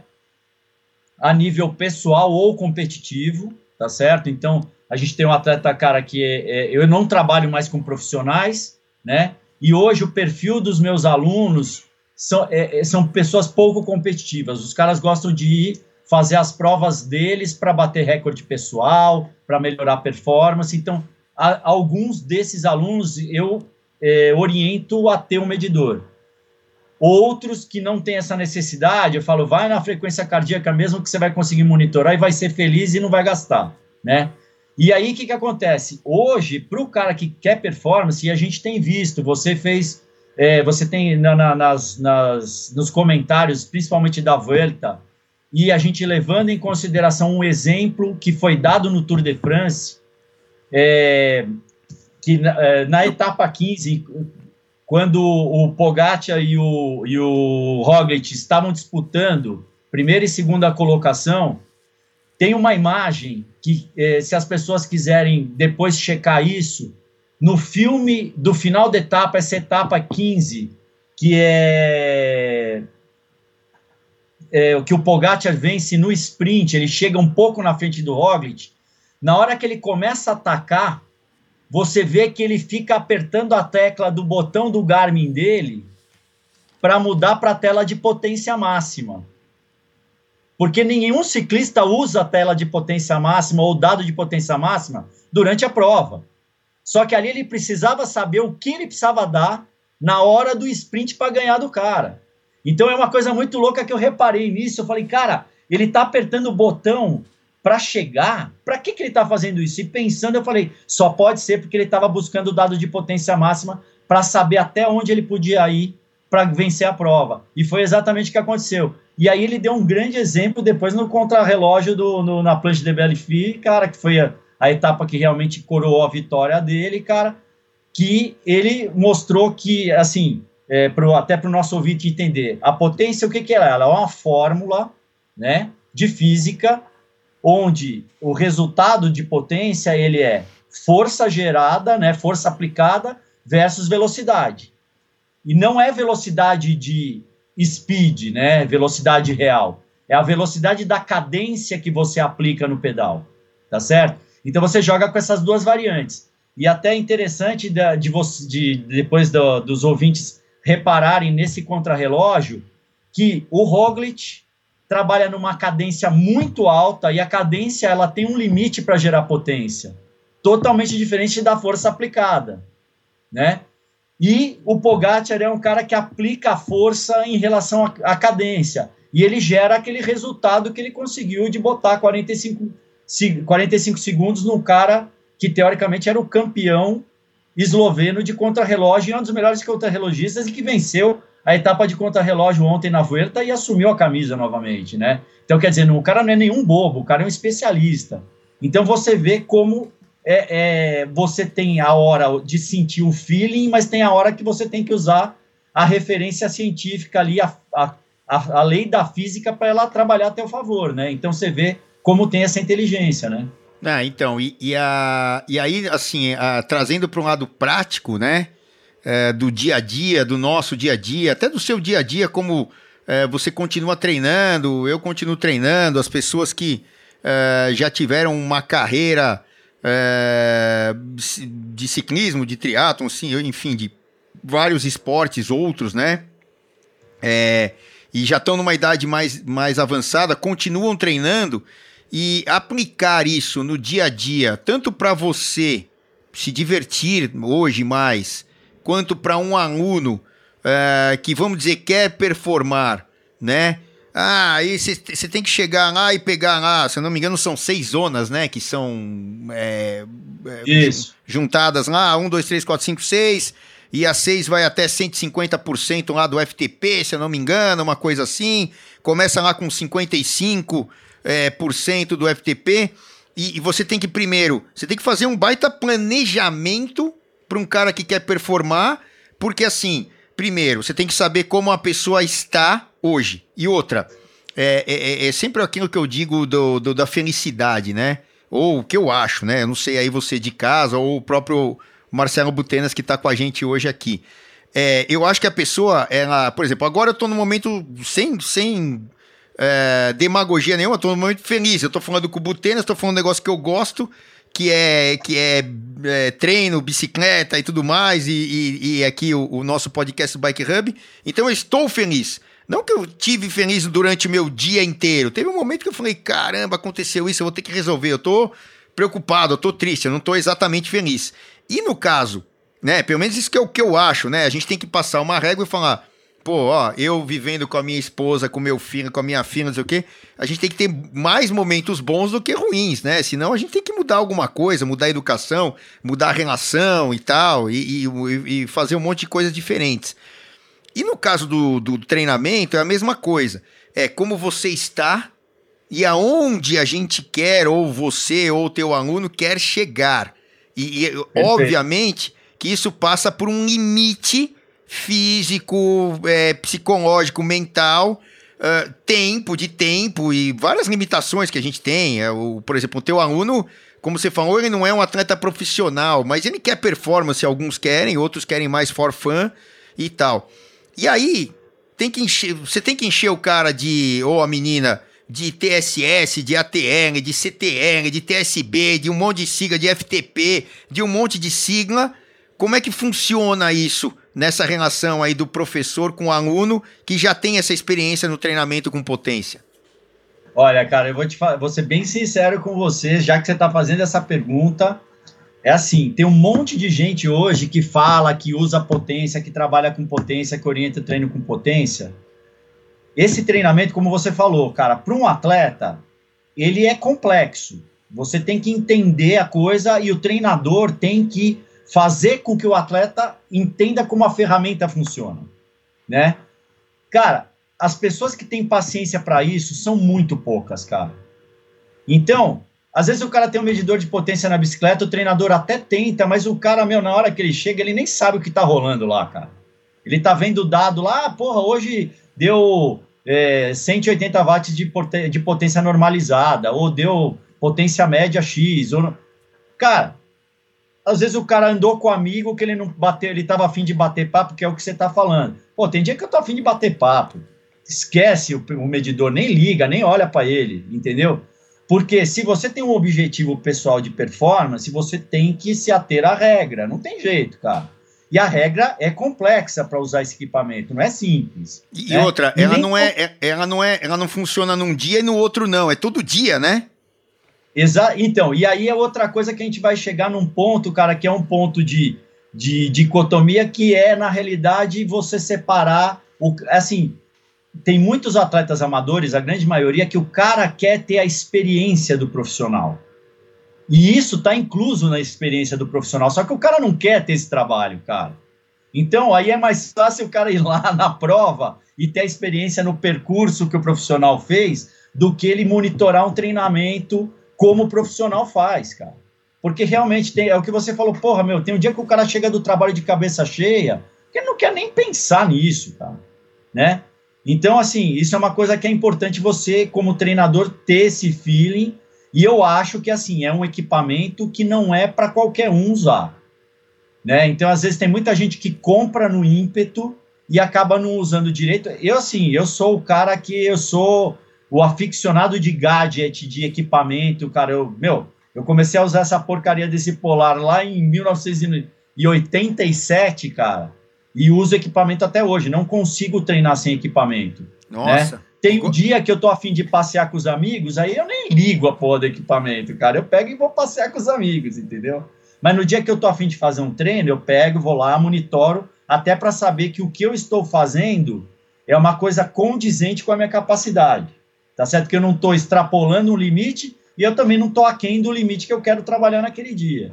A nível pessoal ou competitivo, tá certo? Então, a gente tem um atleta, cara, que é, é, eu não trabalho mais com profissionais, né? E hoje o perfil dos meus alunos são, é, são pessoas pouco competitivas. Os caras gostam de ir fazer as provas deles para bater recorde pessoal, para melhorar a performance. Então, a, alguns desses alunos eu é, oriento a ter um medidor. Outros que não têm essa necessidade, eu falo, vai na frequência cardíaca mesmo que você vai conseguir monitorar e vai ser feliz e não vai gastar, né? E aí, o que, que acontece? Hoje, para o cara que quer performance, e a gente tem visto, você fez, é, você tem na, na, nas, nas, nos comentários, principalmente da Vuelta, e a gente levando em consideração um exemplo que foi dado no Tour de France, é, que é, na etapa quinze, quando o Pogacar e o, e o Roglic estavam disputando primeira e segunda colocação, tem uma imagem que, eh, se as pessoas quiserem depois checar isso, no filme do final da etapa, essa etapa quinze, que é, é que o Pogacar vence no sprint, ele chega um pouco na frente do Roglic, na hora que ele começa a atacar, você vê que ele fica apertando a tecla do botão do Garmin dele para mudar para a tela de potência máxima. Porque nenhum ciclista usa a tela de potência máxima ou dado de potência máxima durante a prova. Só que ali ele precisava saber o que ele precisava dar na hora do sprint para ganhar do cara. Então é uma coisa muito louca que eu reparei nisso. Eu falei, cara, ele está apertando o botão para chegar? Para que, que ele está fazendo isso? E pensando, eu falei, só pode ser porque ele estava buscando o dado de potência máxima para saber até onde ele podia ir para vencer a prova. E foi exatamente o que aconteceu. E aí ele deu um grande exemplo depois no contrarrelógio do, no, na Planche de Belfi, cara, que foi a, a etapa que realmente coroou a vitória dele, cara, que ele mostrou que, assim, é, pro, até para o nosso ouvinte entender, a potência, o que, que é? Ela é uma fórmula, né, de física, onde o resultado de potência, ele é força gerada, né, força aplicada versus velocidade. E não é velocidade de speed, né, velocidade real. É a velocidade da cadência que você aplica no pedal, tá certo? Então você joga com essas duas variantes. E até interessante de, de, você, de depois do, dos ouvintes repararem nesse contrarrelógio que o Roglic trabalha numa cadência muito alta e a cadência ela tem um limite para gerar potência, totalmente diferente da força aplicada, né? E o Pogacar é um cara que aplica a força em relação à cadência. E ele gera aquele resultado que ele conseguiu de botar quarenta e cinco, quarenta e cinco segundos num cara que, teoricamente, era o campeão esloveno de contrarrelógio e um dos melhores contrarrelogistas e que venceu a etapa de contrarrelógio ontem na Vuelta e assumiu a camisa novamente, né? Então, quer dizer, o cara não é nenhum bobo, o cara é um especialista. Então, você vê como... É, é, você tem a hora de sentir o feeling, mas tem a hora que você tem que usar a referência científica ali, a, a, a, a lei da física para ela trabalhar a teu favor, né? Então você vê como tem essa inteligência, né? Ah, então, e, e, a, e aí, assim, a, trazendo para um lado prático, né? É, do dia a dia, do nosso dia a dia, até do seu dia a dia, como é, você continua treinando, eu continuo treinando, as pessoas que é, já tiveram uma carreira... É, de ciclismo, de triatlon, enfim, de vários esportes, outros, né? É, e já estão numa idade mais, mais avançada, continuam treinando e aplicar isso no dia a dia, tanto para você se divertir hoje mais, quanto para um aluno é, que, vamos dizer, quer performar, né? Ah, aí você tem que chegar lá e pegar lá, se eu não me engano, são seis zonas, né? Que são é, Isso. juntadas lá, um, dois, três, quatro, cinco, seis, e a seis vai até cento e cinquenta por cento lá do F T P, se eu não me engano, uma coisa assim. Começa lá com cinquenta e cinco por cento do F T P, e, e você tem que primeiro, você tem que fazer um baita planejamento para um cara que quer performar, porque assim, primeiro, você tem que saber como a pessoa está hoje. E outra, é, é, é sempre aquilo que eu digo do, do, da felicidade, né? Ou o que eu acho, né? Eu não sei aí você de casa ou o próprio Marcelo Butenas que está com a gente hoje aqui. É, eu acho que a pessoa, ela, por exemplo, agora eu estou num momento sem, sem é, demagogia nenhuma, estou num momento feliz. Eu estou falando com o Butenas, estou falando um negócio que eu gosto, que é, que é, é treino, bicicleta e tudo mais, e, e, e aqui o, o nosso podcast Bike Hub. Então eu estou feliz. Não que eu tive feliz durante o meu dia inteiro. Teve um momento que eu falei, caramba, aconteceu isso, eu vou ter que resolver. Eu tô preocupado, eu tô triste, eu não tô exatamente feliz. E no caso, né, pelo menos isso que é o que eu acho, né? A gente tem que passar uma régua e falar, pô, ó, eu vivendo com a minha esposa, com meu filho, com a minha filha, não sei o quê, a gente tem que ter mais momentos bons do que ruins, né? Senão a gente tem que mudar alguma coisa, mudar a educação, mudar a relação e tal, e, e, e fazer um monte de coisas diferentes. E no caso do, do treinamento, é a mesma coisa. É como você está e aonde a gente quer, ou você, ou o teu aluno quer chegar. E, e obviamente, que isso passa por um limite físico, é, psicológico, mental, uh, tempo de tempo e várias limitações que a gente tem. É, o, por exemplo, o teu aluno, como você falou, ele não é um atleta profissional, mas ele quer performance, alguns querem, outros querem mais for fun e tal. E aí, tem que encher, você tem que encher o cara de, ou a menina, de T S S, de A T L, de C T L, de T S B, de um monte de sigla, de F T P, de um monte de sigla. Como é que funciona isso nessa relação aí do professor com o aluno que já tem essa experiência no treinamento com potência? Olha, cara, eu vou, te falar, vou ser bem sincero com você, já que você está fazendo essa pergunta. É assim, tem um monte de gente hoje que fala, que usa potência, que trabalha com potência, que orienta o treino com potência. Esse treinamento, como você falou, cara, para um atleta, ele é complexo. Você tem que entender a coisa e o treinador tem que fazer com que o atleta entenda como a ferramenta funciona, né? Cara, as pessoas que têm paciência para isso são muito poucas, cara. Então, às vezes o cara tem um medidor de potência na bicicleta, o treinador até tenta, mas o cara, meu, na hora que ele chega, ele nem sabe o que tá rolando lá, cara. Ele tá vendo o dado lá, ah, porra, hoje deu é, cento e oitenta watts de, potência, de potência normalizada, ou deu potência média X, ou... Cara, às vezes o cara andou com um amigo que ele não bateu, ele tava afim de bater papo, que é o que você tá falando. Pô, tem dia que eu tô afim de bater papo. Esquece o, o medidor, nem liga, nem olha para ele, entendeu? Porque se você tem um objetivo pessoal de performance, você tem que se ater à regra. Não tem jeito, cara. E a regra é complexa para usar esse equipamento, não é simples. E né? outra, ela não, é, ela, não é, ela não funciona num dia e no outro não. É todo dia, né? Exato. Então, e aí é outra coisa que a gente vai chegar num ponto, cara, que é um ponto de, de, de dicotomia, que é, na realidade, você separar... O, assim... Tem muitos atletas amadores, a grande maioria, que o cara quer ter a experiência do profissional. E isso está incluso na experiência do profissional. Só que o cara não quer ter esse trabalho, cara. Então, aí é mais fácil o cara ir lá na prova e ter a experiência no percurso que o profissional fez do que ele monitorar um treinamento como o profissional faz, cara. Porque realmente tem, é o que você falou, porra, meu, tem um dia que o cara chega do trabalho de cabeça cheia que ele não quer nem pensar nisso, cara, né? Então, assim, isso é uma coisa que é importante você, como treinador, ter esse feeling. E eu acho que, assim, é um equipamento que não é para qualquer um usar, né? Então, às vezes, tem muita gente que compra no ímpeto e acaba não usando direito. Eu, assim, eu sou o cara que eu sou o aficionado de gadget, de equipamento, cara. Eu, meu, eu comecei a usar essa porcaria desse Polar lá em mil novecentos e oitenta e sete, cara. E uso equipamento até hoje, não consigo treinar sem equipamento. Nossa. Né? Tem um dia que eu tô afim de passear com os amigos, aí eu nem ligo a porra do equipamento, cara. Eu pego e vou passear com os amigos, entendeu? Mas no dia que eu tô afim de fazer um treino, eu pego, vou lá, monitoro, até para saber que o que eu estou fazendo é uma coisa condizente com a minha capacidade. Tá certo? Que eu não tô extrapolando um limite e eu também não tô aquém do limite que eu quero trabalhar naquele dia.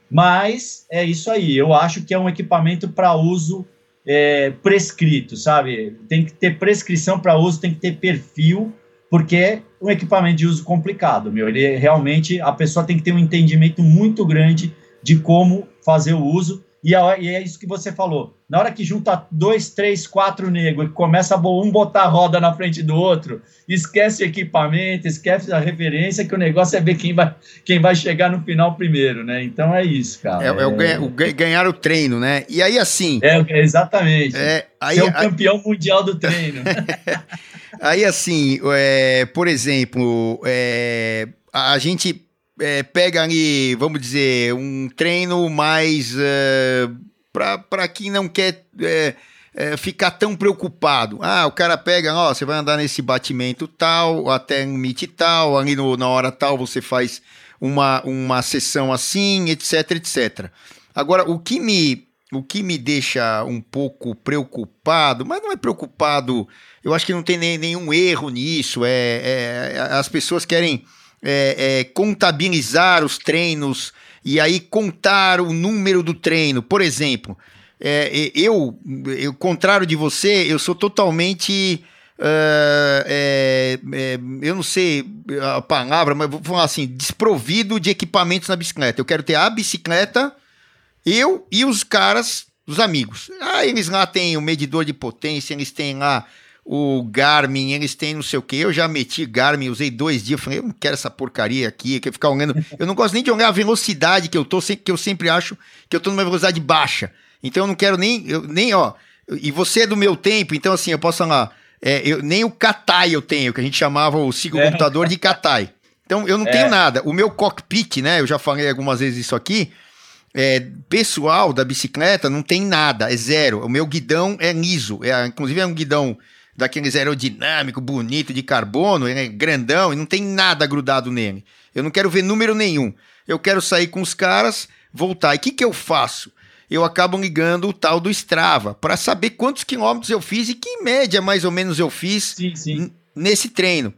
Mas é isso aí. Eu acho que é um equipamento para uso É, prescrito, sabe? Tem que ter prescrição para uso, tem que ter perfil, porque é um equipamento de uso complicado, meu. Ele realmente, a pessoa tem que ter um entendimento muito grande de como fazer o uso, e é, e é isso que você falou. Na hora que junta dois, três, quatro negros e começa a um botar a roda na frente do outro, esquece o equipamento, esquece a referência, que o negócio é ver quem vai, quem vai chegar no final primeiro, né? Então é isso, cara. É, é, é... O, ganha, o ganhar o treino, né? E aí, assim... É, exatamente. É, aí, Ser o campeão aí... mundial do treino. Aí, assim, é, por exemplo, é, a gente é, pega ali, vamos dizer, um treino mais é, para quem não quer é, é, ficar tão preocupado. Ah, o cara pega, ó, você vai andar nesse batimento tal, até um limite tal, ali no, na hora tal você faz uma, uma sessão assim, etc, etcétera. Agora, o que me... O que me deixa um pouco preocupado, mas não é preocupado, eu acho que não tem nem, nenhum erro nisso, é, é, as pessoas querem é, é, contabilizar os treinos e aí contar o número do treino. Por exemplo, é, eu, eu, contrário de você, eu sou totalmente, uh, é, é, eu não sei a palavra, mas vou falar assim, desprovido de equipamentos na bicicleta. Eu quero ter a bicicleta... Eu e os caras, os amigos. Ah, eles lá têm o medidor de potência, eles têm lá o Garmin, eles têm não sei o que. Eu já meti Garmin, usei dois dias, falei, eu não quero essa porcaria aqui, eu quero ficar olhando. Eu não gosto nem de olhar a velocidade que eu tô, que eu sempre acho que eu tô numa velocidade baixa. Então eu não quero nem, eu, nem ó, e você é do meu tempo, então assim, eu posso falar, é, eu, nem o Katai eu tenho, que a gente chamava o ciclocomputador de Katai. Então eu não é. tenho nada. O meu cockpit, né, eu já falei algumas vezes isso aqui, É, pessoal da bicicleta não tem nada, é zero. O meu guidão é liso, é, inclusive é um guidão daqueles aerodinâmico, bonito, de carbono, ele é grandão e não tem nada grudado nele. Eu não quero ver número nenhum. Eu quero sair com os caras, voltar. E o que, que eu faço? Eu acabo ligando o tal do Strava para saber quantos quilômetros eu fiz e que média mais ou menos eu fiz sim, sim. nesse treino.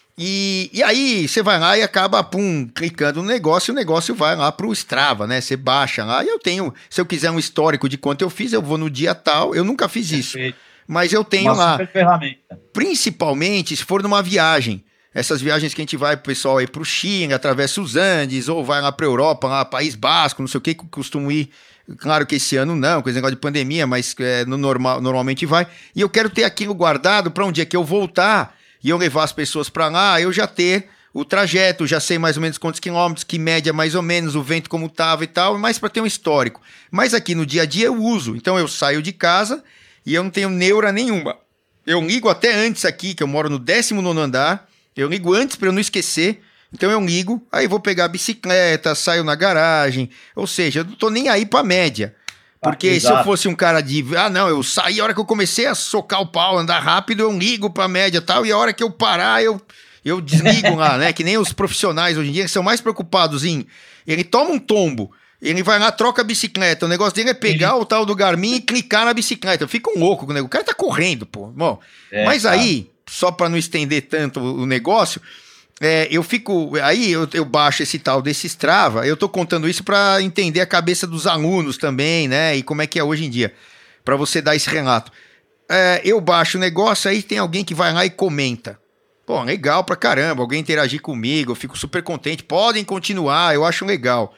E, e aí você vai lá e acaba, pum, clicando no negócio e o negócio vai lá pro Strava, né? Você baixa lá e eu tenho, se eu quiser um histórico de quanto eu fiz, eu vou no dia tal, eu nunca fiz isso, Perfeito. Mas eu tenho Uma lá, super ferramenta. Principalmente se for numa viagem, essas viagens que a gente vai, pessoal, aí pro Chile, atravessa os Andes, ou vai lá pra Europa, lá País Basco, não sei o que, que eu costumo ir, claro que esse ano não, com esse negócio de pandemia, mas é, no normal, normalmente vai, e eu quero ter aquilo guardado para um dia que eu voltar, e eu levar as pessoas para lá, eu já ter o trajeto, já sei mais ou menos quantos quilômetros, que média mais ou menos, o vento como tava e tal, mas para ter um histórico. Mas aqui no dia a dia eu uso, então eu saio de casa e eu não tenho neura nenhuma. Eu ligo até antes aqui, que eu moro no décimo nono andar, eu ligo antes para eu não esquecer, então eu ligo, aí vou pegar a bicicleta, saio na garagem, ou seja, eu não tô nem aí para média. Porque ah, se eu fosse um cara de... Ah, não, eu saí, a hora que eu comecei a socar o pau, andar rápido, eu ligo pra média e tal, e a hora que eu parar, eu, eu desligo lá, né? Que nem os profissionais hoje em dia, que são mais preocupados em... Ele toma um tombo, ele vai lá, troca a bicicleta, o negócio dele é pegar Ele... o tal do Garmin e clicar na bicicleta. Eu fico um louco com o negócio. O cara tá correndo, pô. Bom, é, mas tá. Aí, só pra não estender tanto o negócio... É, eu fico, aí eu, eu baixo esse tal desse Strava, eu tô contando isso para entender a cabeça dos alunos também, né, e como é que é hoje em dia, para você dar esse relato. É, eu baixo o negócio, aí tem alguém que vai lá e comenta. Pô, legal pra caramba, alguém interagir comigo, eu fico super contente, podem continuar, eu acho legal.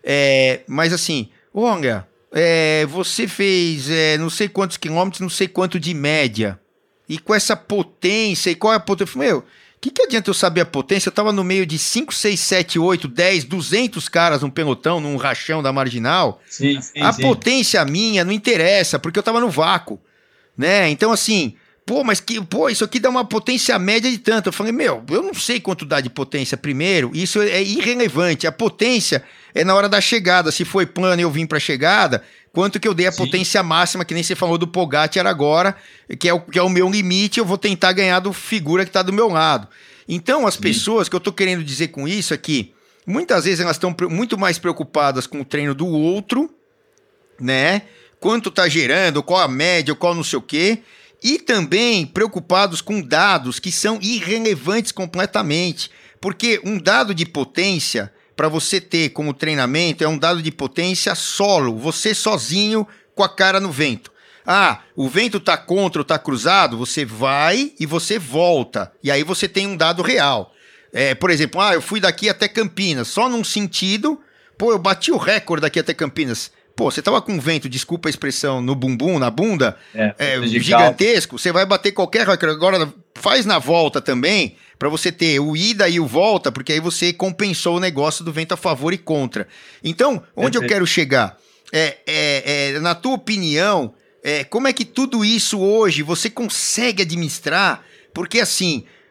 É, mas assim, olha, é, você fez é, não sei quantos quilômetros, não sei quanto de média, e com essa potência, e qual é a potência? Meu... O que, que adianta eu saber a potência? Eu tava no meio de cinco, seis, sete, oito, dez, duzentos caras num pelotão, num rachão da Marginal. Sim, sim, a sim. potência minha não interessa, porque eu tava no vácuo, né? Então, assim, pô, mas que, pô, isso aqui dá uma potência média de tanto. Eu falei, meu, eu não sei quanto dá de potência primeiro, isso é irrelevante. A potência é na hora da chegada. Se foi plano e eu vim pra chegada, quanto que eu dei a Sim. potência máxima, que nem você falou do Pogacar agora, que é, o, que é o meu limite, eu vou tentar ganhar do figura que tá do meu lado. Então, as Sim. pessoas, que eu tô querendo dizer com isso é que, muitas vezes elas estão muito mais preocupadas com o treino do outro, né? Quanto tá gerando, qual a média, qual não sei o quê, e também preocupados com dados que são irrelevantes completamente, porque um dado de potência... para você ter como treinamento, é um dado de potência solo, você sozinho com a cara no vento. Ah, o vento tá contra ou tá cruzado, você vai e você volta, e aí você tem um dado real. É, por exemplo, ah, eu fui daqui até Campinas, só num sentido, pô, eu bati o recorde daqui até Campinas. Pô, você tava com vento, desculpa a expressão, no bumbum, na bunda, é, é, gigantesco, você vai bater qualquer recorde. Agora faz na volta também, para você ter o ida e o volta, porque aí você compensou o negócio do vento a favor e contra. Então, onde é, eu quero chegar? É, é, é, na tua opinião, é, como é que tudo isso hoje você consegue administrar? Porque assim,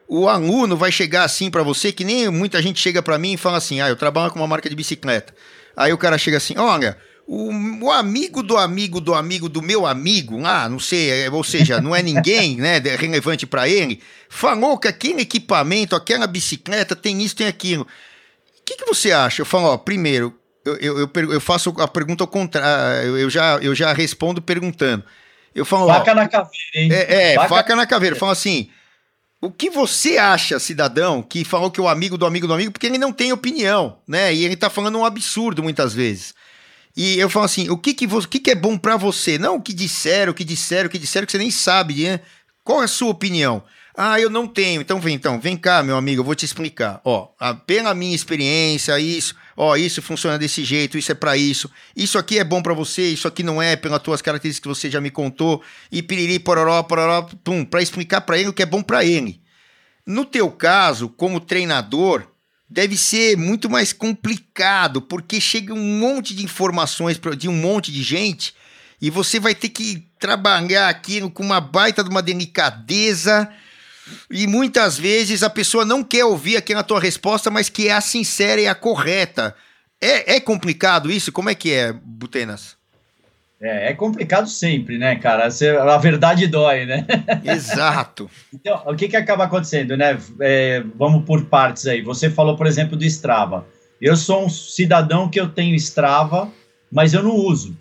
o aluno vai chegar assim pra você, que nem muita gente chega pra mim e fala assim, ah, eu trabalho com uma marca de bicicleta. Aí o cara chega assim, olha, o, o amigo do amigo do amigo do meu amigo, ah, não sei, ou seja, não é ninguém, né, relevante pra ele, falou que aquele equipamento, aquela bicicleta tem isso, tem aquilo. O que, que você acha? Eu falo, ó, primeiro, eu, eu, eu, eu faço a pergunta ao contrário, eu já, eu já respondo perguntando. Eu falo, faca ó, na caveira, hein? É, é faca, faca na caveira. Eu falo assim, o que você acha, cidadão, que falou que o amigo do amigo do amigo, porque ele não tem opinião, né? E ele tá falando um absurdo muitas vezes. E eu falo assim, o que que, vo- o que, que é bom pra você? Não o que disseram, o que disseram, o que disseram, que você nem sabe, né? Qual é a sua opinião? Ah, eu não tenho. Então vem, então, vem cá, meu amigo, eu vou te explicar. Ó, a- pela minha experiência, isso, ó, isso funciona desse jeito, isso é pra isso. Isso aqui é bom pra você, isso aqui não é, pelas tuas características que você já me contou. E piriri, pororó, pororó, pum, pra explicar pra ele o que é bom pra ele. No teu caso, como treinador, deve ser muito mais complicado, porque chega um monte de informações pra- de um monte de gente e você vai ter que trabalhar aquilo com uma baita de uma delicadeza e muitas vezes a pessoa não quer ouvir aquela tua resposta, mas que é a sincera e a correta. É, é complicado isso? Como é que é, Butenas? É, é complicado sempre, né, cara? Você- a verdade dói, né? Exato. Então, o que que acaba acontecendo, né? É, vamos por partes aí. Você falou, por exemplo, do Strava. Eu sou um cidadão que eu tenho Strava, mas eu não uso.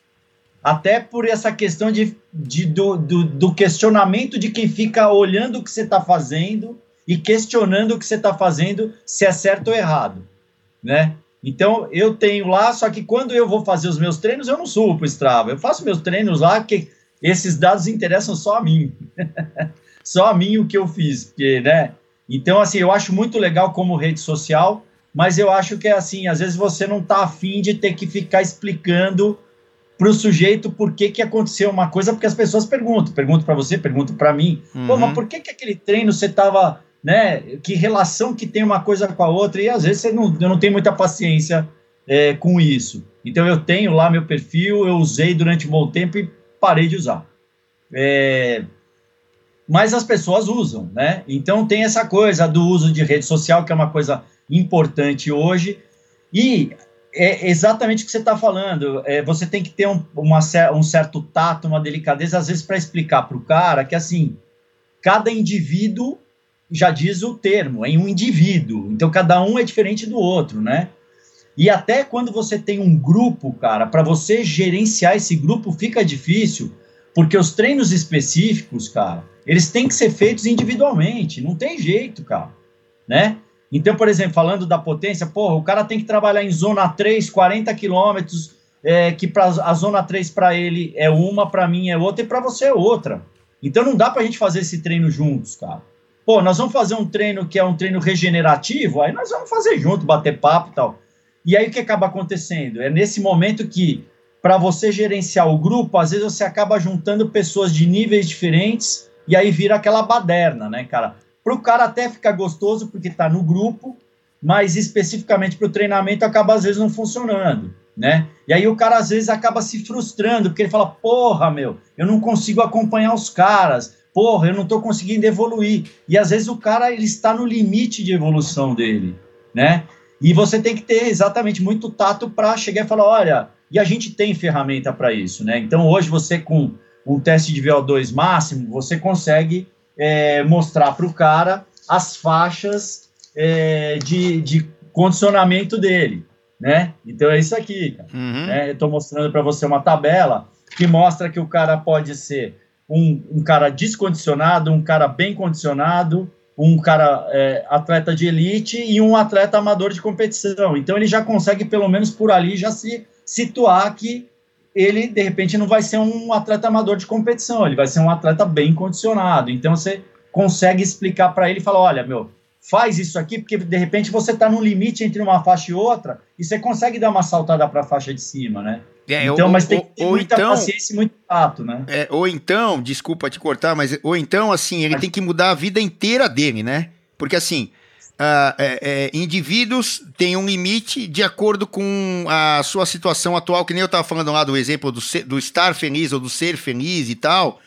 Até por essa questão de, de- do, do, do questionamento de quem fica olhando o que você está fazendo e questionando o que você está fazendo, se é certo ou errado, né? Então, eu tenho lá, só que quando eu vou fazer os meus treinos, eu não subo para o Strava. Eu faço meus treinos lá, que esses dados interessam só a mim. Só a mim o que eu fiz, porque, né? Então, assim, eu acho muito legal como rede social, mas eu acho que, assim, às vezes você não tá afim de ter que ficar explicando para o sujeito por que que aconteceu uma coisa, porque as pessoas perguntam, perguntam para você, perguntam para mim, Uhum. pô, mas por que que aquele treino você tava, né, que relação que tem uma coisa com a outra, e às vezes você não, eu não tenho muita paciência é, com isso. Então eu tenho lá meu perfil, eu usei durante um bom tempo e parei de usar. É, mas as pessoas usam, né? Então tem essa coisa do uso de rede social, que é uma coisa importante hoje, e é exatamente o que você está falando, é, você tem que ter um, uma, um certo tato, uma delicadeza, às vezes para explicar para o cara que, assim, cada indivíduo, já diz o termo, é um indivíduo, então cada um é diferente do outro, né? E até quando você tem um grupo, cara, para você gerenciar esse grupo fica difícil, porque os treinos específicos, cara, eles têm que ser feitos individualmente, não tem jeito, cara, né? Então, por exemplo, falando da potência, porra, o cara tem que trabalhar em zona três, quarenta quilômetros, é, que pra, a zona três para ele é uma, para mim é outra e para você é outra. Então não dá pra gente fazer esse treino juntos, cara. Pô, nós vamos fazer um treino que é um treino regenerativo, aí nós vamos fazer junto, bater papo e tal. E aí o que acaba acontecendo? É nesse momento que, para você gerenciar o grupo, às vezes você acaba juntando pessoas de níveis diferentes e aí vira aquela baderna, né, cara? Para o cara até ficar gostoso, porque está no grupo, mas especificamente para o treinamento acaba às vezes não funcionando, né? E aí o cara às vezes acaba se frustrando, porque ele fala, porra, meu, eu não consigo acompanhar os caras, porra, eu não estou conseguindo evoluir. E às vezes o cara ele está no limite de evolução dele, né? E você tem que ter exatamente muito tato para chegar e falar, olha, e a gente tem ferramenta para isso, né? Então hoje você com um teste de V O dois máximo, você consegue é, mostrar para o cara as faixas é, de, de condicionamento dele, né? Então é isso aqui, cara. Uhum. Né? Eu estou mostrando para você uma tabela que mostra que o cara pode ser um, um cara descondicionado, um cara bem condicionado, um cara é, atleta de elite e um atleta amador de competição. Então ele já consegue, pelo menos por ali, já se situar que ele, de repente, não vai ser um atleta amador de competição, ele vai ser um atleta bem condicionado. Então você consegue explicar para ele e falar, olha, meu, faz isso aqui, porque de repente você está no limite entre uma faixa e outra e você consegue dar uma saltada para a faixa de cima, né? É, então, ou, mas tem ou, que ter ou muita então, paciência e muito tato, né? É, ou então, desculpa te cortar, mas ou então, assim, ele tem que mudar a vida inteira dele, né? Porque, assim, uh, é, é, indivíduos têm um limite de acordo com a sua situação atual, que nem eu estava falando lá do exemplo do, ser, do estar feliz ou do ser feliz e tal.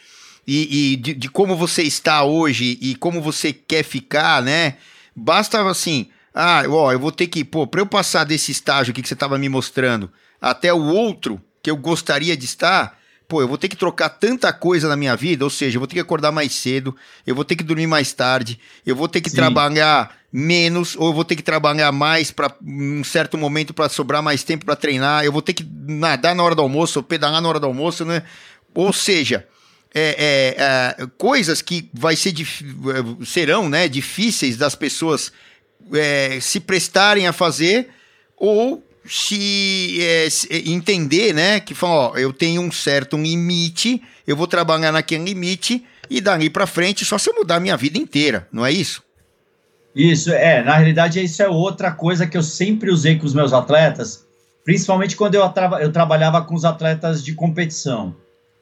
e, e de, de como você está hoje e como você quer ficar, né? Basta assim, ah, ó, eu vou ter que, pô, para eu passar desse estágio aqui que você estava me mostrando até o outro que eu gostaria de estar, pô, eu vou ter que trocar tanta coisa na minha vida, ou seja, eu vou ter que acordar mais cedo, eu vou ter que dormir mais tarde, eu vou ter que Sim. trabalhar menos, ou eu vou ter que trabalhar mais para um certo momento para sobrar mais tempo para treinar, eu vou ter que nadar na hora do almoço, ou pedalar na hora do almoço, né? Ou seja, é, é, é, coisas que vai ser dif- serão, né, difíceis das pessoas é, se prestarem a fazer, ou se, é, se entender, né, que falam, ó, eu tenho um certo limite, eu vou trabalhar naquele limite e dali para frente só se eu mudar a minha vida inteira, não é isso? Isso, é, na realidade isso é outra coisa que eu sempre usei com os meus atletas, principalmente quando eu, tra- eu trabalhava com os atletas de competição.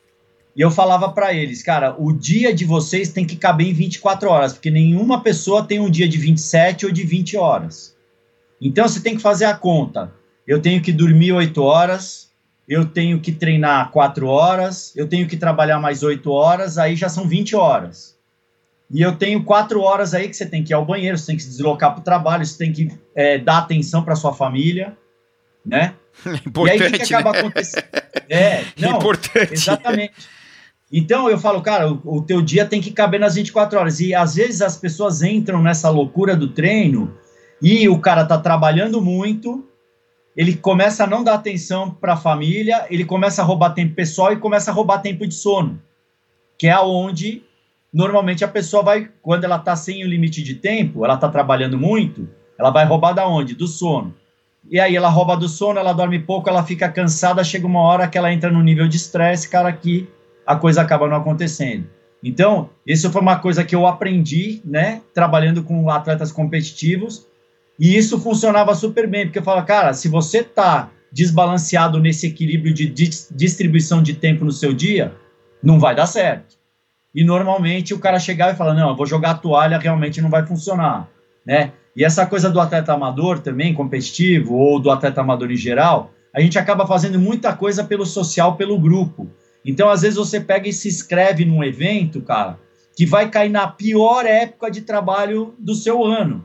E eu falava para eles, cara, o dia de vocês tem que caber em vinte e quatro horas, porque nenhuma pessoa tem um dia de vinte e sete ou de vinte horas. Então você tem que fazer a conta. Eu tenho que dormir oito horas, eu tenho que treinar quatro horas, eu tenho que trabalhar mais oito horas, aí já são vinte horas. E eu tenho quatro horas aí que você tem que ir ao banheiro, você tem que se deslocar para o trabalho, você tem que é, dar atenção para sua família, né? Importante, e aí o que, que acaba né? acontecendo? É, não, Importante. Exatamente. Então eu falo, cara, o, o teu dia tem que caber nas vinte e quatro horas. E às vezes as pessoas entram nessa loucura do treino e o cara tá trabalhando muito, ele começa a não dar atenção para a família, ele começa a roubar tempo pessoal e começa a roubar tempo de sono, que é onde normalmente a pessoa vai, quando ela tá sem o limite de tempo, ela tá trabalhando muito, ela vai roubar da onde? Do sono. E aí ela rouba do sono, ela dorme pouco, ela fica cansada, chega uma hora que ela entra no nível de estresse, cara, que a coisa acaba não acontecendo. Então, isso foi uma coisa que eu aprendi, né, trabalhando com atletas competitivos, e isso funcionava super bem, porque eu falo, cara, se você tá desbalanceado nesse equilíbrio de dis- distribuição de tempo no seu dia, não vai dar certo. E normalmente o cara chegava e fala, não, eu vou jogar a toalha, realmente não vai funcionar, né? E essa coisa do atleta amador também, competitivo, ou do atleta amador em geral, a gente acaba fazendo muita coisa pelo social, pelo grupo. Então, às vezes, você pega e se inscreve num evento, cara, que vai cair na pior época de trabalho do seu ano.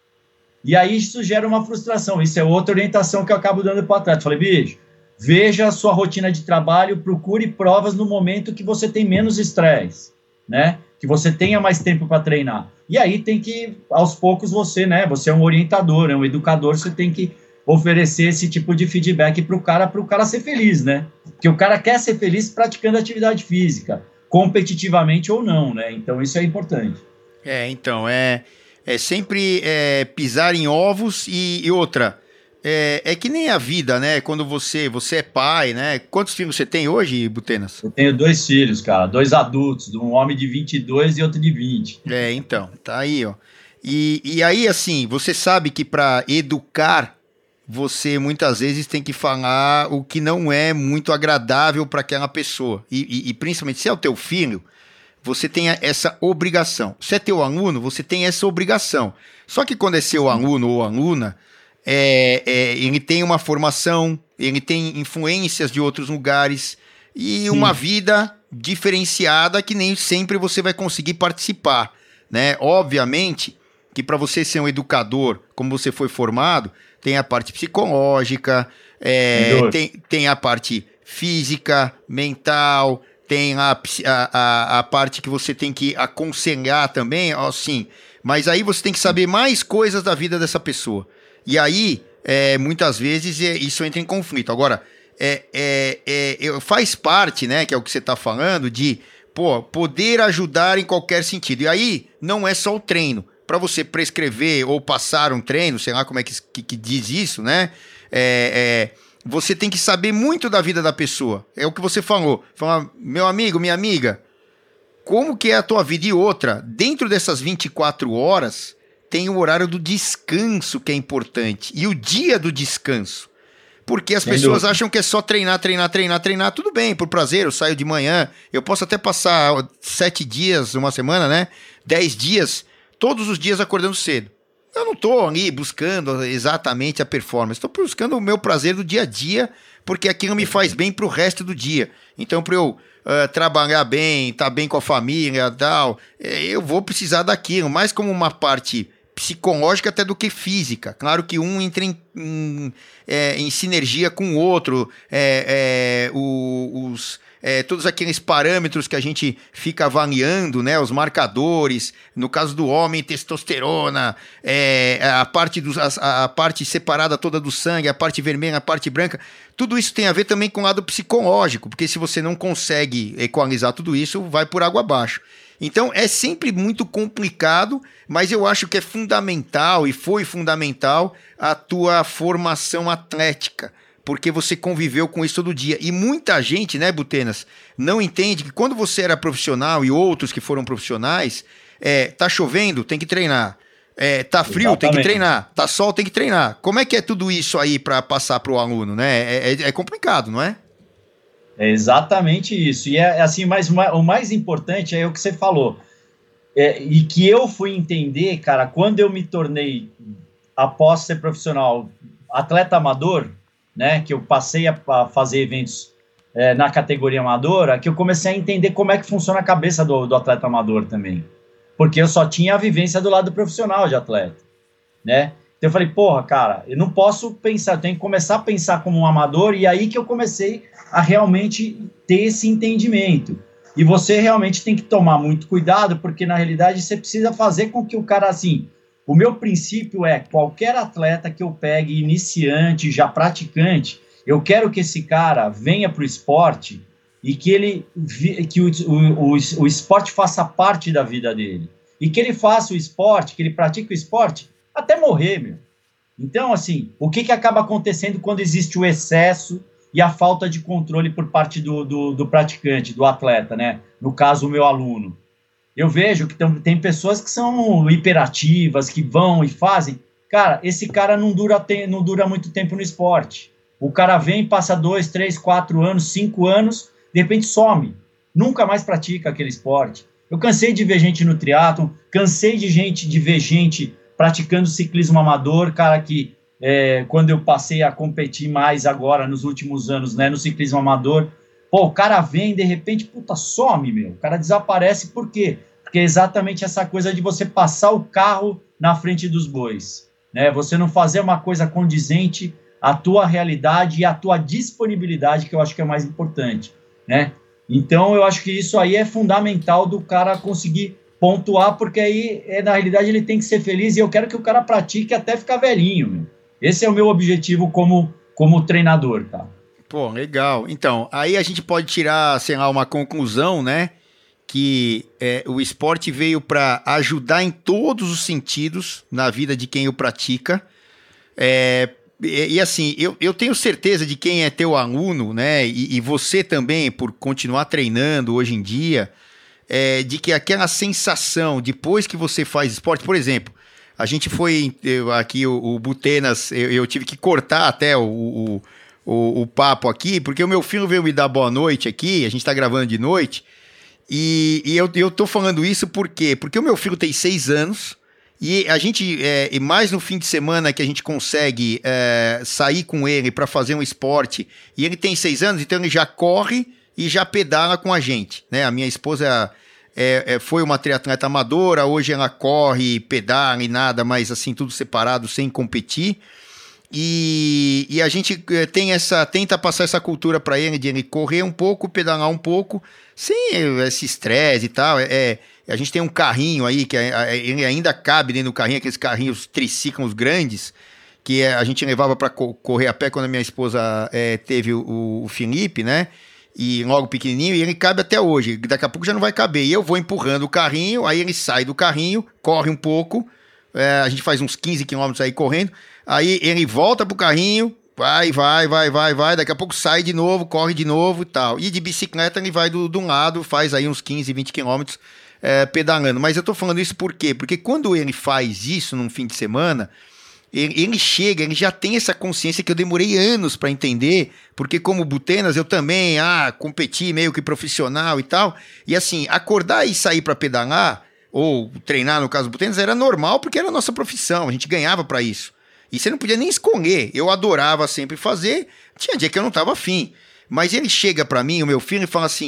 E aí isso gera uma frustração. Isso é outra orientação que eu acabo dando para o atleta. Falei, bicho, veja a sua rotina de trabalho, procure provas no momento que você tem menos estresse, né? Que você tenha mais tempo para treinar. E aí tem que, aos poucos, você, né? Você é um orientador, é um educador, você tem que oferecer esse tipo de feedback para o cara, para o cara ser feliz, né? Porque o cara quer ser feliz praticando atividade física, competitivamente ou não, né? Então isso é importante. É, então, é, é sempre é, pisar em ovos e, e outra, é, é que nem a vida, né? Quando você, você é pai, né? Quantos filhos você tem hoje, Butenas? Eu tenho dois filhos, cara, dois adultos, um homem de vinte e dois e outro de vinte. É, então, tá aí, ó. E, e aí, assim, você sabe que para educar, você muitas vezes tem que falar o que não é muito agradável para aquela pessoa. E, e, e principalmente se é o teu filho, você tem essa obrigação. Se é teu aluno, você tem essa obrigação. Só que quando é seu aluno ou aluna, é, é, ele tem uma formação, ele tem influências de outros lugares e Sim. uma vida diferenciada que nem sempre você vai conseguir participar, né? Obviamente que para você ser um educador, como você foi formado, tem a parte psicológica, é, tem, tem a parte física, mental, tem a, a, a parte que você tem que aconselhar também, assim, mas aí você tem que saber mais coisas da vida dessa pessoa. E aí, é, muitas vezes, é, isso entra em conflito. Agora, é, é, é, faz parte, né, que é o que você está falando, de pô, poder ajudar em qualquer sentido. E aí, não é só o treino. Para você prescrever ou passar um treino, sei lá como é que, que, que diz isso, né? É, é, você tem que saber muito da vida da pessoa. É o que você falou. Fala, meu amigo, minha amiga, como que é a tua vida? E outra, dentro dessas vinte e quatro horas, tem o horário do descanso que é importante. E o dia do descanso. Porque as Sem pessoas dúvida. acham que é só treinar, treinar, treinar, treinar. Tudo bem, por prazer, eu saio de manhã. Eu posso até passar sete dias, uma semana, né? Dez dias... todos os dias acordando cedo. Eu não estou ali buscando exatamente a performance, estou buscando o meu prazer do dia a dia, porque aquilo me faz bem para o resto do dia. Então, para eu, uh, trabalhar bem, estar tá bem com a família e tal, eu vou precisar daquilo, mais como uma parte psicológica até do que física. Claro que um entra em, em, é, em sinergia com o outro, é, é, o, os... É, todos aqueles parâmetros que a gente fica avaliando, né, os marcadores, no caso do homem, testosterona, é, a, parte dos, a, a parte separada toda do sangue, a parte vermelha, a parte branca, tudo isso tem a ver também com o lado psicológico, porque se você não consegue equalizar tudo isso, vai por água abaixo. Então é sempre muito complicado, mas eu acho que é fundamental, e foi fundamental, a tua formação atlética, porque você conviveu com isso todo dia. E muita gente, né, Butenas, não entende que quando você era profissional e outros que foram profissionais, é, tá chovendo, tem que treinar. É, tá frio, Exatamente. Tem que treinar. Tá sol, tem que treinar. Como é que é tudo isso aí para passar para o aluno, né? É, é, é complicado, não é? É exatamente isso. E é assim, mas o mais importante é o que você falou. É, e que eu fui entender, cara, quando eu me tornei, após ser profissional, atleta amador, né, que eu passei a, a fazer eventos é, na categoria amadora, que eu comecei a entender como é que funciona a cabeça do, do atleta amador também. Porque eu só tinha a vivência do lado profissional de atleta, né? Então eu falei, porra, cara, eu não posso pensar, eu tenho que começar a pensar como um amador, e aí que eu comecei a realmente ter esse entendimento. E você realmente tem que tomar muito cuidado, porque na realidade você precisa fazer com que o cara, assim... O meu princípio é, qualquer atleta que eu pegue iniciante, já praticante, eu quero que esse cara venha para o esporte e que, ele, que o, o, o esporte faça parte da vida dele. E que ele faça o esporte, que ele pratique o esporte até morrer, meu. Então, assim, o que, que acaba acontecendo quando existe o excesso e a falta de controle por parte do, do, do praticante, do atleta, né? No caso, o meu aluno. Eu vejo que tem, tem pessoas que são hiperativas, que vão e fazem. Cara, esse cara não dura, te, não dura muito tempo no esporte. O cara vem, passa dois, três, quatro anos, cinco anos, de repente some. Nunca mais pratica aquele esporte. Eu cansei de ver gente no triatlon, cansei de, gente, de ver gente praticando ciclismo amador, cara, que é, quando eu passei a competir mais agora, nos últimos anos, né, no ciclismo amador, pô, o cara vem, de repente, puta, some, meu. O cara desaparece, por quê? Porque é exatamente essa coisa de você passar o carro na frente dos bois, né? Você não fazer uma coisa condizente à tua realidade e à tua disponibilidade, que eu acho que é o mais importante, né? Então, eu acho que isso aí é fundamental do cara conseguir pontuar, porque aí, é, na realidade, ele tem que ser feliz, e eu quero que o cara pratique até ficar velhinho, meu. Esse é o meu objetivo como, como treinador, cara. Pô, legal. Então, aí a gente pode tirar, sei lá, uma conclusão, né? Que é, o esporte veio para ajudar em todos os sentidos na vida de quem o pratica. É, e, e assim, eu, eu tenho certeza de quem é teu aluno, né? E, e você também, por continuar treinando hoje em dia, é, de que aquela sensação, depois que você faz esporte, por exemplo, a gente foi, eu, aqui o, o Butenas, eu, eu tive que cortar até o... o O, o papo aqui, porque o meu filho veio me dar boa noite aqui, a gente tá gravando de noite, e, e eu, eu tô falando isso por quê? Porque o meu filho tem seis anos, e a gente, é, e mais no fim de semana que a gente consegue é, sair com ele para fazer um esporte, e ele tem seis anos, então ele já corre e já pedala com a gente, né? A minha esposa é, é, foi uma triatleta amadora, hoje ela corre, pedala e nada, mas assim, tudo separado, sem competir. E, e a gente tem essa, tenta passar essa cultura para ele, de ele correr um pouco, pedalar um pouco, sem esse estresse e tal. É, a gente tem um carrinho aí, que é, ele ainda cabe dentro do carrinho, aqueles carrinhos triciclos grandes, que é, a gente levava para co- correr a pé quando a minha esposa é, teve o, o Felipe, né? E logo pequenininho, e ele cabe até hoje. Daqui a pouco já não vai caber. E eu vou empurrando o carrinho, aí ele sai do carrinho, corre um pouco, é, a gente faz uns quinze quilômetros aí correndo. Aí ele volta pro carrinho, vai, vai, vai, vai, vai, daqui a pouco sai de novo, corre de novo e tal. E de bicicleta ele vai do, de um lado, faz aí uns quinze, vinte quilômetros é, pedalando. Mas eu tô falando isso por quê? Porque quando ele faz isso num fim de semana, ele, ele chega, ele já tem essa consciência que eu demorei anos para entender, porque como Butenas eu também, ah, competi meio que profissional e tal, e assim, acordar e sair para pedalar, ou treinar no caso do Butenas, era normal porque era a nossa profissão, a gente ganhava para isso. E você não podia nem escolher. Eu adorava sempre fazer. Tinha dia que eu não tava afim. Mas ele chega pra mim, o meu filho, e fala assim,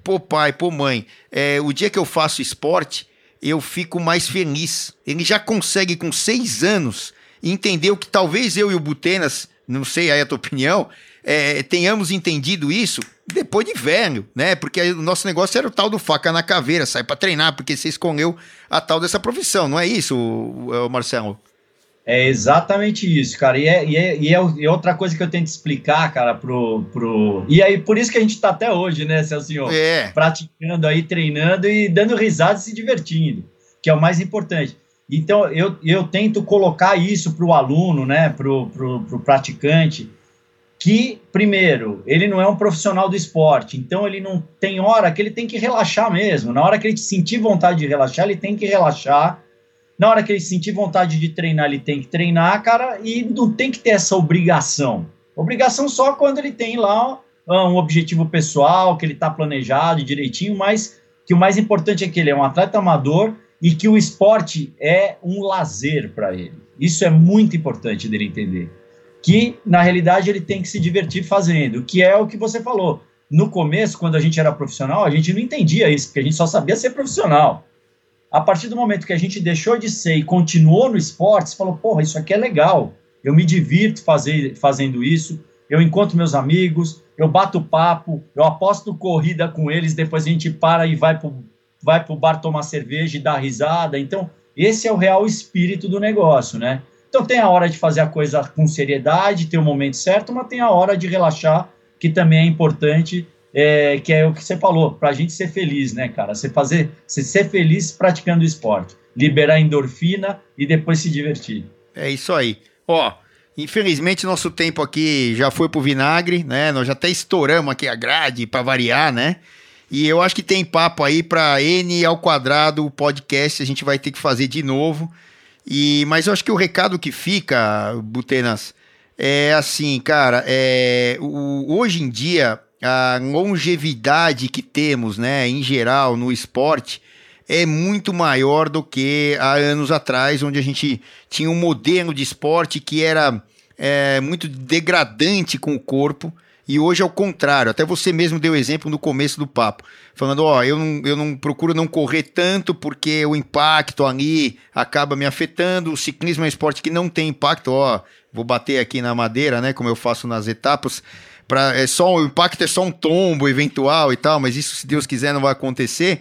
pô pai, pô mãe, é, o dia que eu faço esporte, eu fico mais feliz. Ele já consegue, com seis anos, entender o que talvez eu e o Butenas, não sei aí a tua opinião, é, tenhamos entendido isso depois de velho, né? Porque o nosso negócio era o tal do faca na caveira, sai pra treinar, porque você escolheu a tal dessa profissão, não é isso, Marcelo? É exatamente isso, cara. E é, e, é, e é outra coisa que eu tento explicar, cara, pro, pro... E aí, por isso que a gente tá até hoje, né, Celcinho? É. Praticando aí, treinando e dando risada e se divertindo, que é o mais importante. Então, eu, eu tento colocar isso pro aluno, né, pro, pro, pro praticante, que, primeiro, ele não é um profissional do esporte, então ele não tem hora que ele tem que relaxar mesmo. Na hora que ele sentir vontade de relaxar, ele tem que relaxar. Na hora que ele sentir vontade de treinar, ele tem que treinar, cara, e não tem que ter essa obrigação. Obrigação só quando ele tem lá um objetivo pessoal, que ele está planejado direitinho, mas que o mais importante é que ele é um atleta amador e que o esporte é um lazer para ele. Isso é muito importante dele entender. Que, na realidade, ele tem que se divertir fazendo, que é o que você falou. No começo, quando a gente era profissional, a gente não entendia isso, porque a gente só sabia ser profissional. A partir do momento que a gente deixou de ser e continuou no esporte, você falou, porra, isso aqui é legal, eu me divirto fazer, fazendo isso, eu encontro meus amigos, eu bato papo, eu aposto corrida com eles, depois a gente para e vai pro, vai pro bar tomar cerveja e dar risada. Então, esse é o real espírito do negócio, né? Então, tem a hora de fazer a coisa com seriedade, tem o momento certo, mas tem a hora de relaxar, que também é importante. É, que é o que você falou, pra gente ser feliz, né, cara? Você fazer, você ser feliz praticando esporte, liberar endorfina e depois se divertir. É isso aí. Ó, infelizmente nosso tempo aqui já foi pro vinagre, né? Nós já até estouramos aqui a grade pra variar, né? E eu acho que tem papo aí pra N ao quadrado, o podcast, a gente vai ter que fazer de novo. E, mas eu acho que o recado que fica, Butenas, é assim, cara, é, o, hoje em dia a longevidade que temos, né, em geral, no esporte, é muito maior do que há anos atrás, onde a gente tinha um modelo de esporte que era é, muito degradante com o corpo, e hoje é o contrário. Até você mesmo deu exemplo no começo do papo, falando, ó, eu não, eu não procuro não correr tanto porque o impacto ali acaba me afetando, o ciclismo é um esporte que não tem impacto, ó, vou bater aqui na madeira, né, como eu faço nas etapas. Pra, é só, o impacto é só um tombo eventual e tal, mas isso, se Deus quiser, não vai acontecer.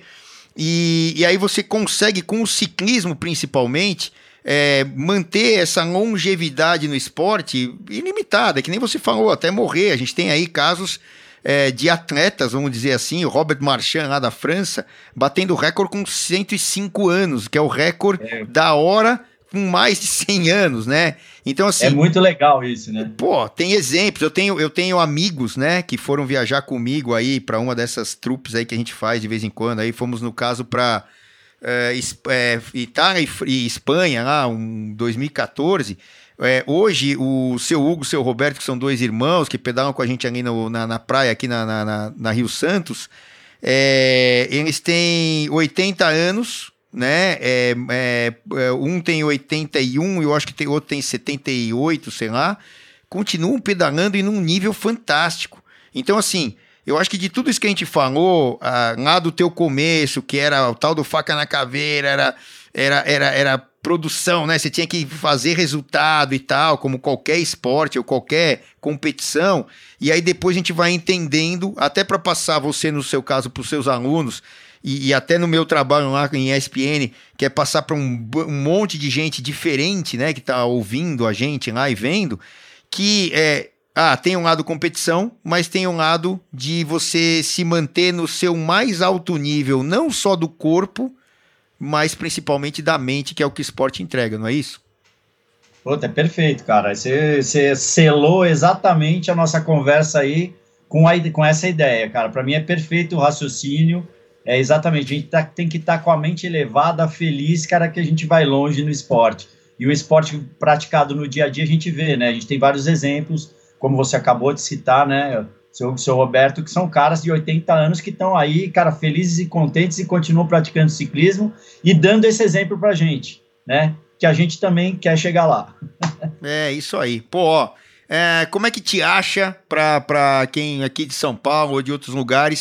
E, e aí você consegue, com o ciclismo principalmente, é, manter essa longevidade no esporte ilimitada, que nem você falou, até morrer. A gente tem aí casos é, de atletas, vamos dizer assim, o Robert Marchand lá da França, batendo recorde com cento e cinco anos, que é o recorde é. da hora com mais de cem anos, né? Então, assim... É muito legal isso, né? Pô, tem exemplos. Eu tenho, eu tenho amigos, né, que foram viajar comigo aí para uma dessas trupes aí que a gente faz de vez em quando. Aí fomos, no caso, para é, é, Itália e Espanha, lá, um dois mil e quatorze. É, hoje, o seu Hugo e o seu Roberto, que são dois irmãos, que pedalam com a gente ali no, na, na praia, aqui na, na, na Rio Santos, é, eles têm oitenta anos... né, é, é, um tem oitenta e um e eu acho que tem outro tem setenta e oito, sei lá, continuam pedalando em um nível fantástico. Então, assim, eu acho que de tudo isso que a gente falou, ah, lá do teu começo, que era o tal do faca na caveira, era, era, era, era produção, né, você tinha que fazer resultado e tal, como qualquer esporte ou qualquer competição, e aí depois a gente vai entendendo, até para passar você, no seu caso, para os seus alunos, E, e até no meu trabalho lá em E S P N, que é passar para um, um monte de gente diferente, né, que está ouvindo a gente lá e vendo, que é, ah, tem um lado competição, mas tem um lado de você se manter no seu mais alto nível, não só do corpo, mas principalmente da mente, que é o que o esporte entrega, não é isso? Puta, é perfeito, cara. Você, você selou exatamente a nossa conversa aí com, a, com essa ideia, cara. Para mim é perfeito o raciocínio. É exatamente, a gente tá, tem que estar tá com a mente elevada, feliz, cara, que a gente vai longe no esporte. E o esporte praticado no dia a dia a gente vê, né? A gente tem vários exemplos, como você acabou de citar, né? Seu, seu Roberto, que são caras de oitenta anos que estão aí, cara, felizes e contentes e continuam praticando ciclismo e dando esse exemplo pra gente, né? Que a gente também quer chegar lá. É, isso aí. Pô, ó, é, como é que te acha pra, pra quem aqui de São Paulo ou de outros lugares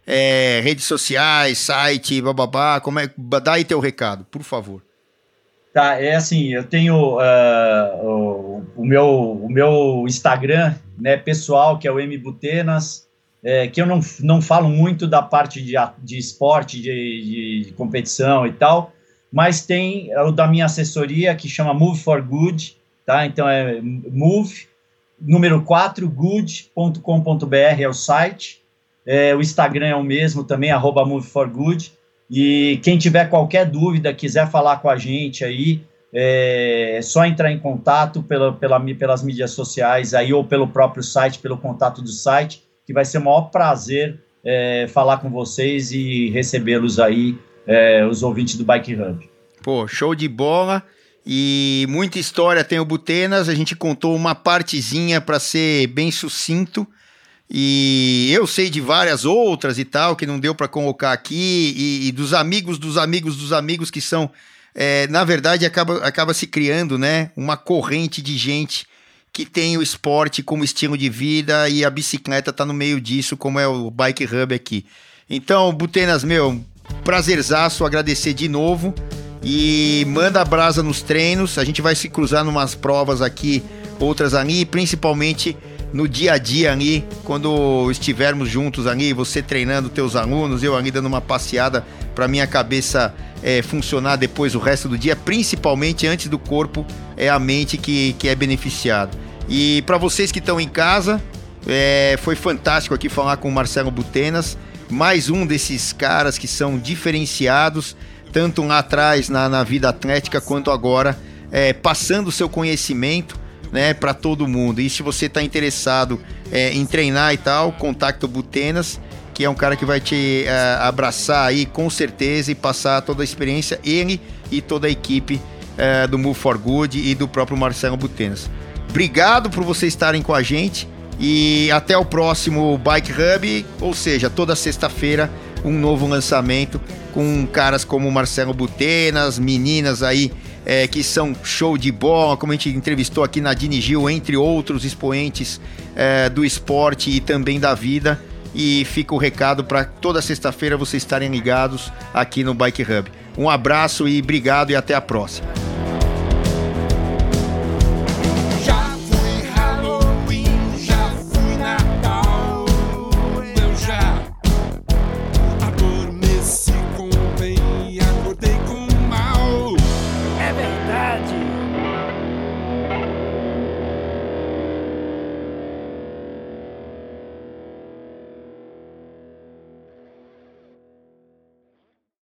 é, redes sociais, site, bababá, como é, dá aí teu recado, por favor. Tá, é assim, eu tenho uh, o, o, meu, o meu Instagram, né, pessoal, que é o M Butenas, é, que eu não, não falo muito da parte de, de esporte, de, de competição e tal, mas tem o da minha assessoria, que chama Move for Good, tá? Então é Move, número quatro, good ponto com ponto b r é o site, é, o Instagram é o mesmo também, arroba Move for Good. E quem tiver qualquer dúvida, quiser falar com a gente aí, é só entrar em contato pela, pela, pelas mídias sociais aí, ou pelo próprio site, pelo contato do site, que vai ser o maior prazer é, falar com vocês e recebê-los aí, é, os ouvintes do Bike Hub. Pô, show de bola. E muita história tem o Butenas, a gente contou uma partezinha para ser bem sucinto. E eu sei de várias outras e tal, que não deu para colocar aqui, e, e dos amigos dos amigos dos amigos que são, é, na verdade, acaba, acaba se criando, né, uma corrente de gente que tem o esporte como estilo de vida e a bicicleta tá no meio disso, como é o Bike Hub aqui. Então, Butenas, meu, prazerzaço, agradecer de novo e manda brasa nos treinos, a gente vai se cruzar numas provas aqui, outras ali, principalmente no dia a dia ali, quando estivermos juntos ali, você treinando teus alunos, eu ali dando uma passeada para minha cabeça é, funcionar depois o resto do dia, principalmente antes do corpo, é a mente que, que é beneficiada. E para vocês que estão em casa, é, foi fantástico aqui falar com o Marcelo Butenas, mais um desses caras que são diferenciados, tanto lá atrás na, na vida atlética, quanto agora, é, passando o seu conhecimento, né, para todo mundo. E se você está interessado é, em treinar e tal, contacta o Butenas, que é um cara que vai te é, abraçar aí com certeza e passar toda a experiência, ele e toda a equipe é, do Move for Good e do próprio Marcelo Butenas. Obrigado por vocês estarem com a gente e até o próximo Bike Hub, ou seja, toda sexta-feira um novo lançamento com caras como o Marcelo Butenas, meninas aí É, que são show de bola, como a gente entrevistou aqui Nadine Gil, entre outros expoentes é, do esporte e também da vida. E fica o recado para toda sexta-feira vocês estarem ligados aqui no Bike Hub. Um abraço e obrigado e até a próxima. Verdade.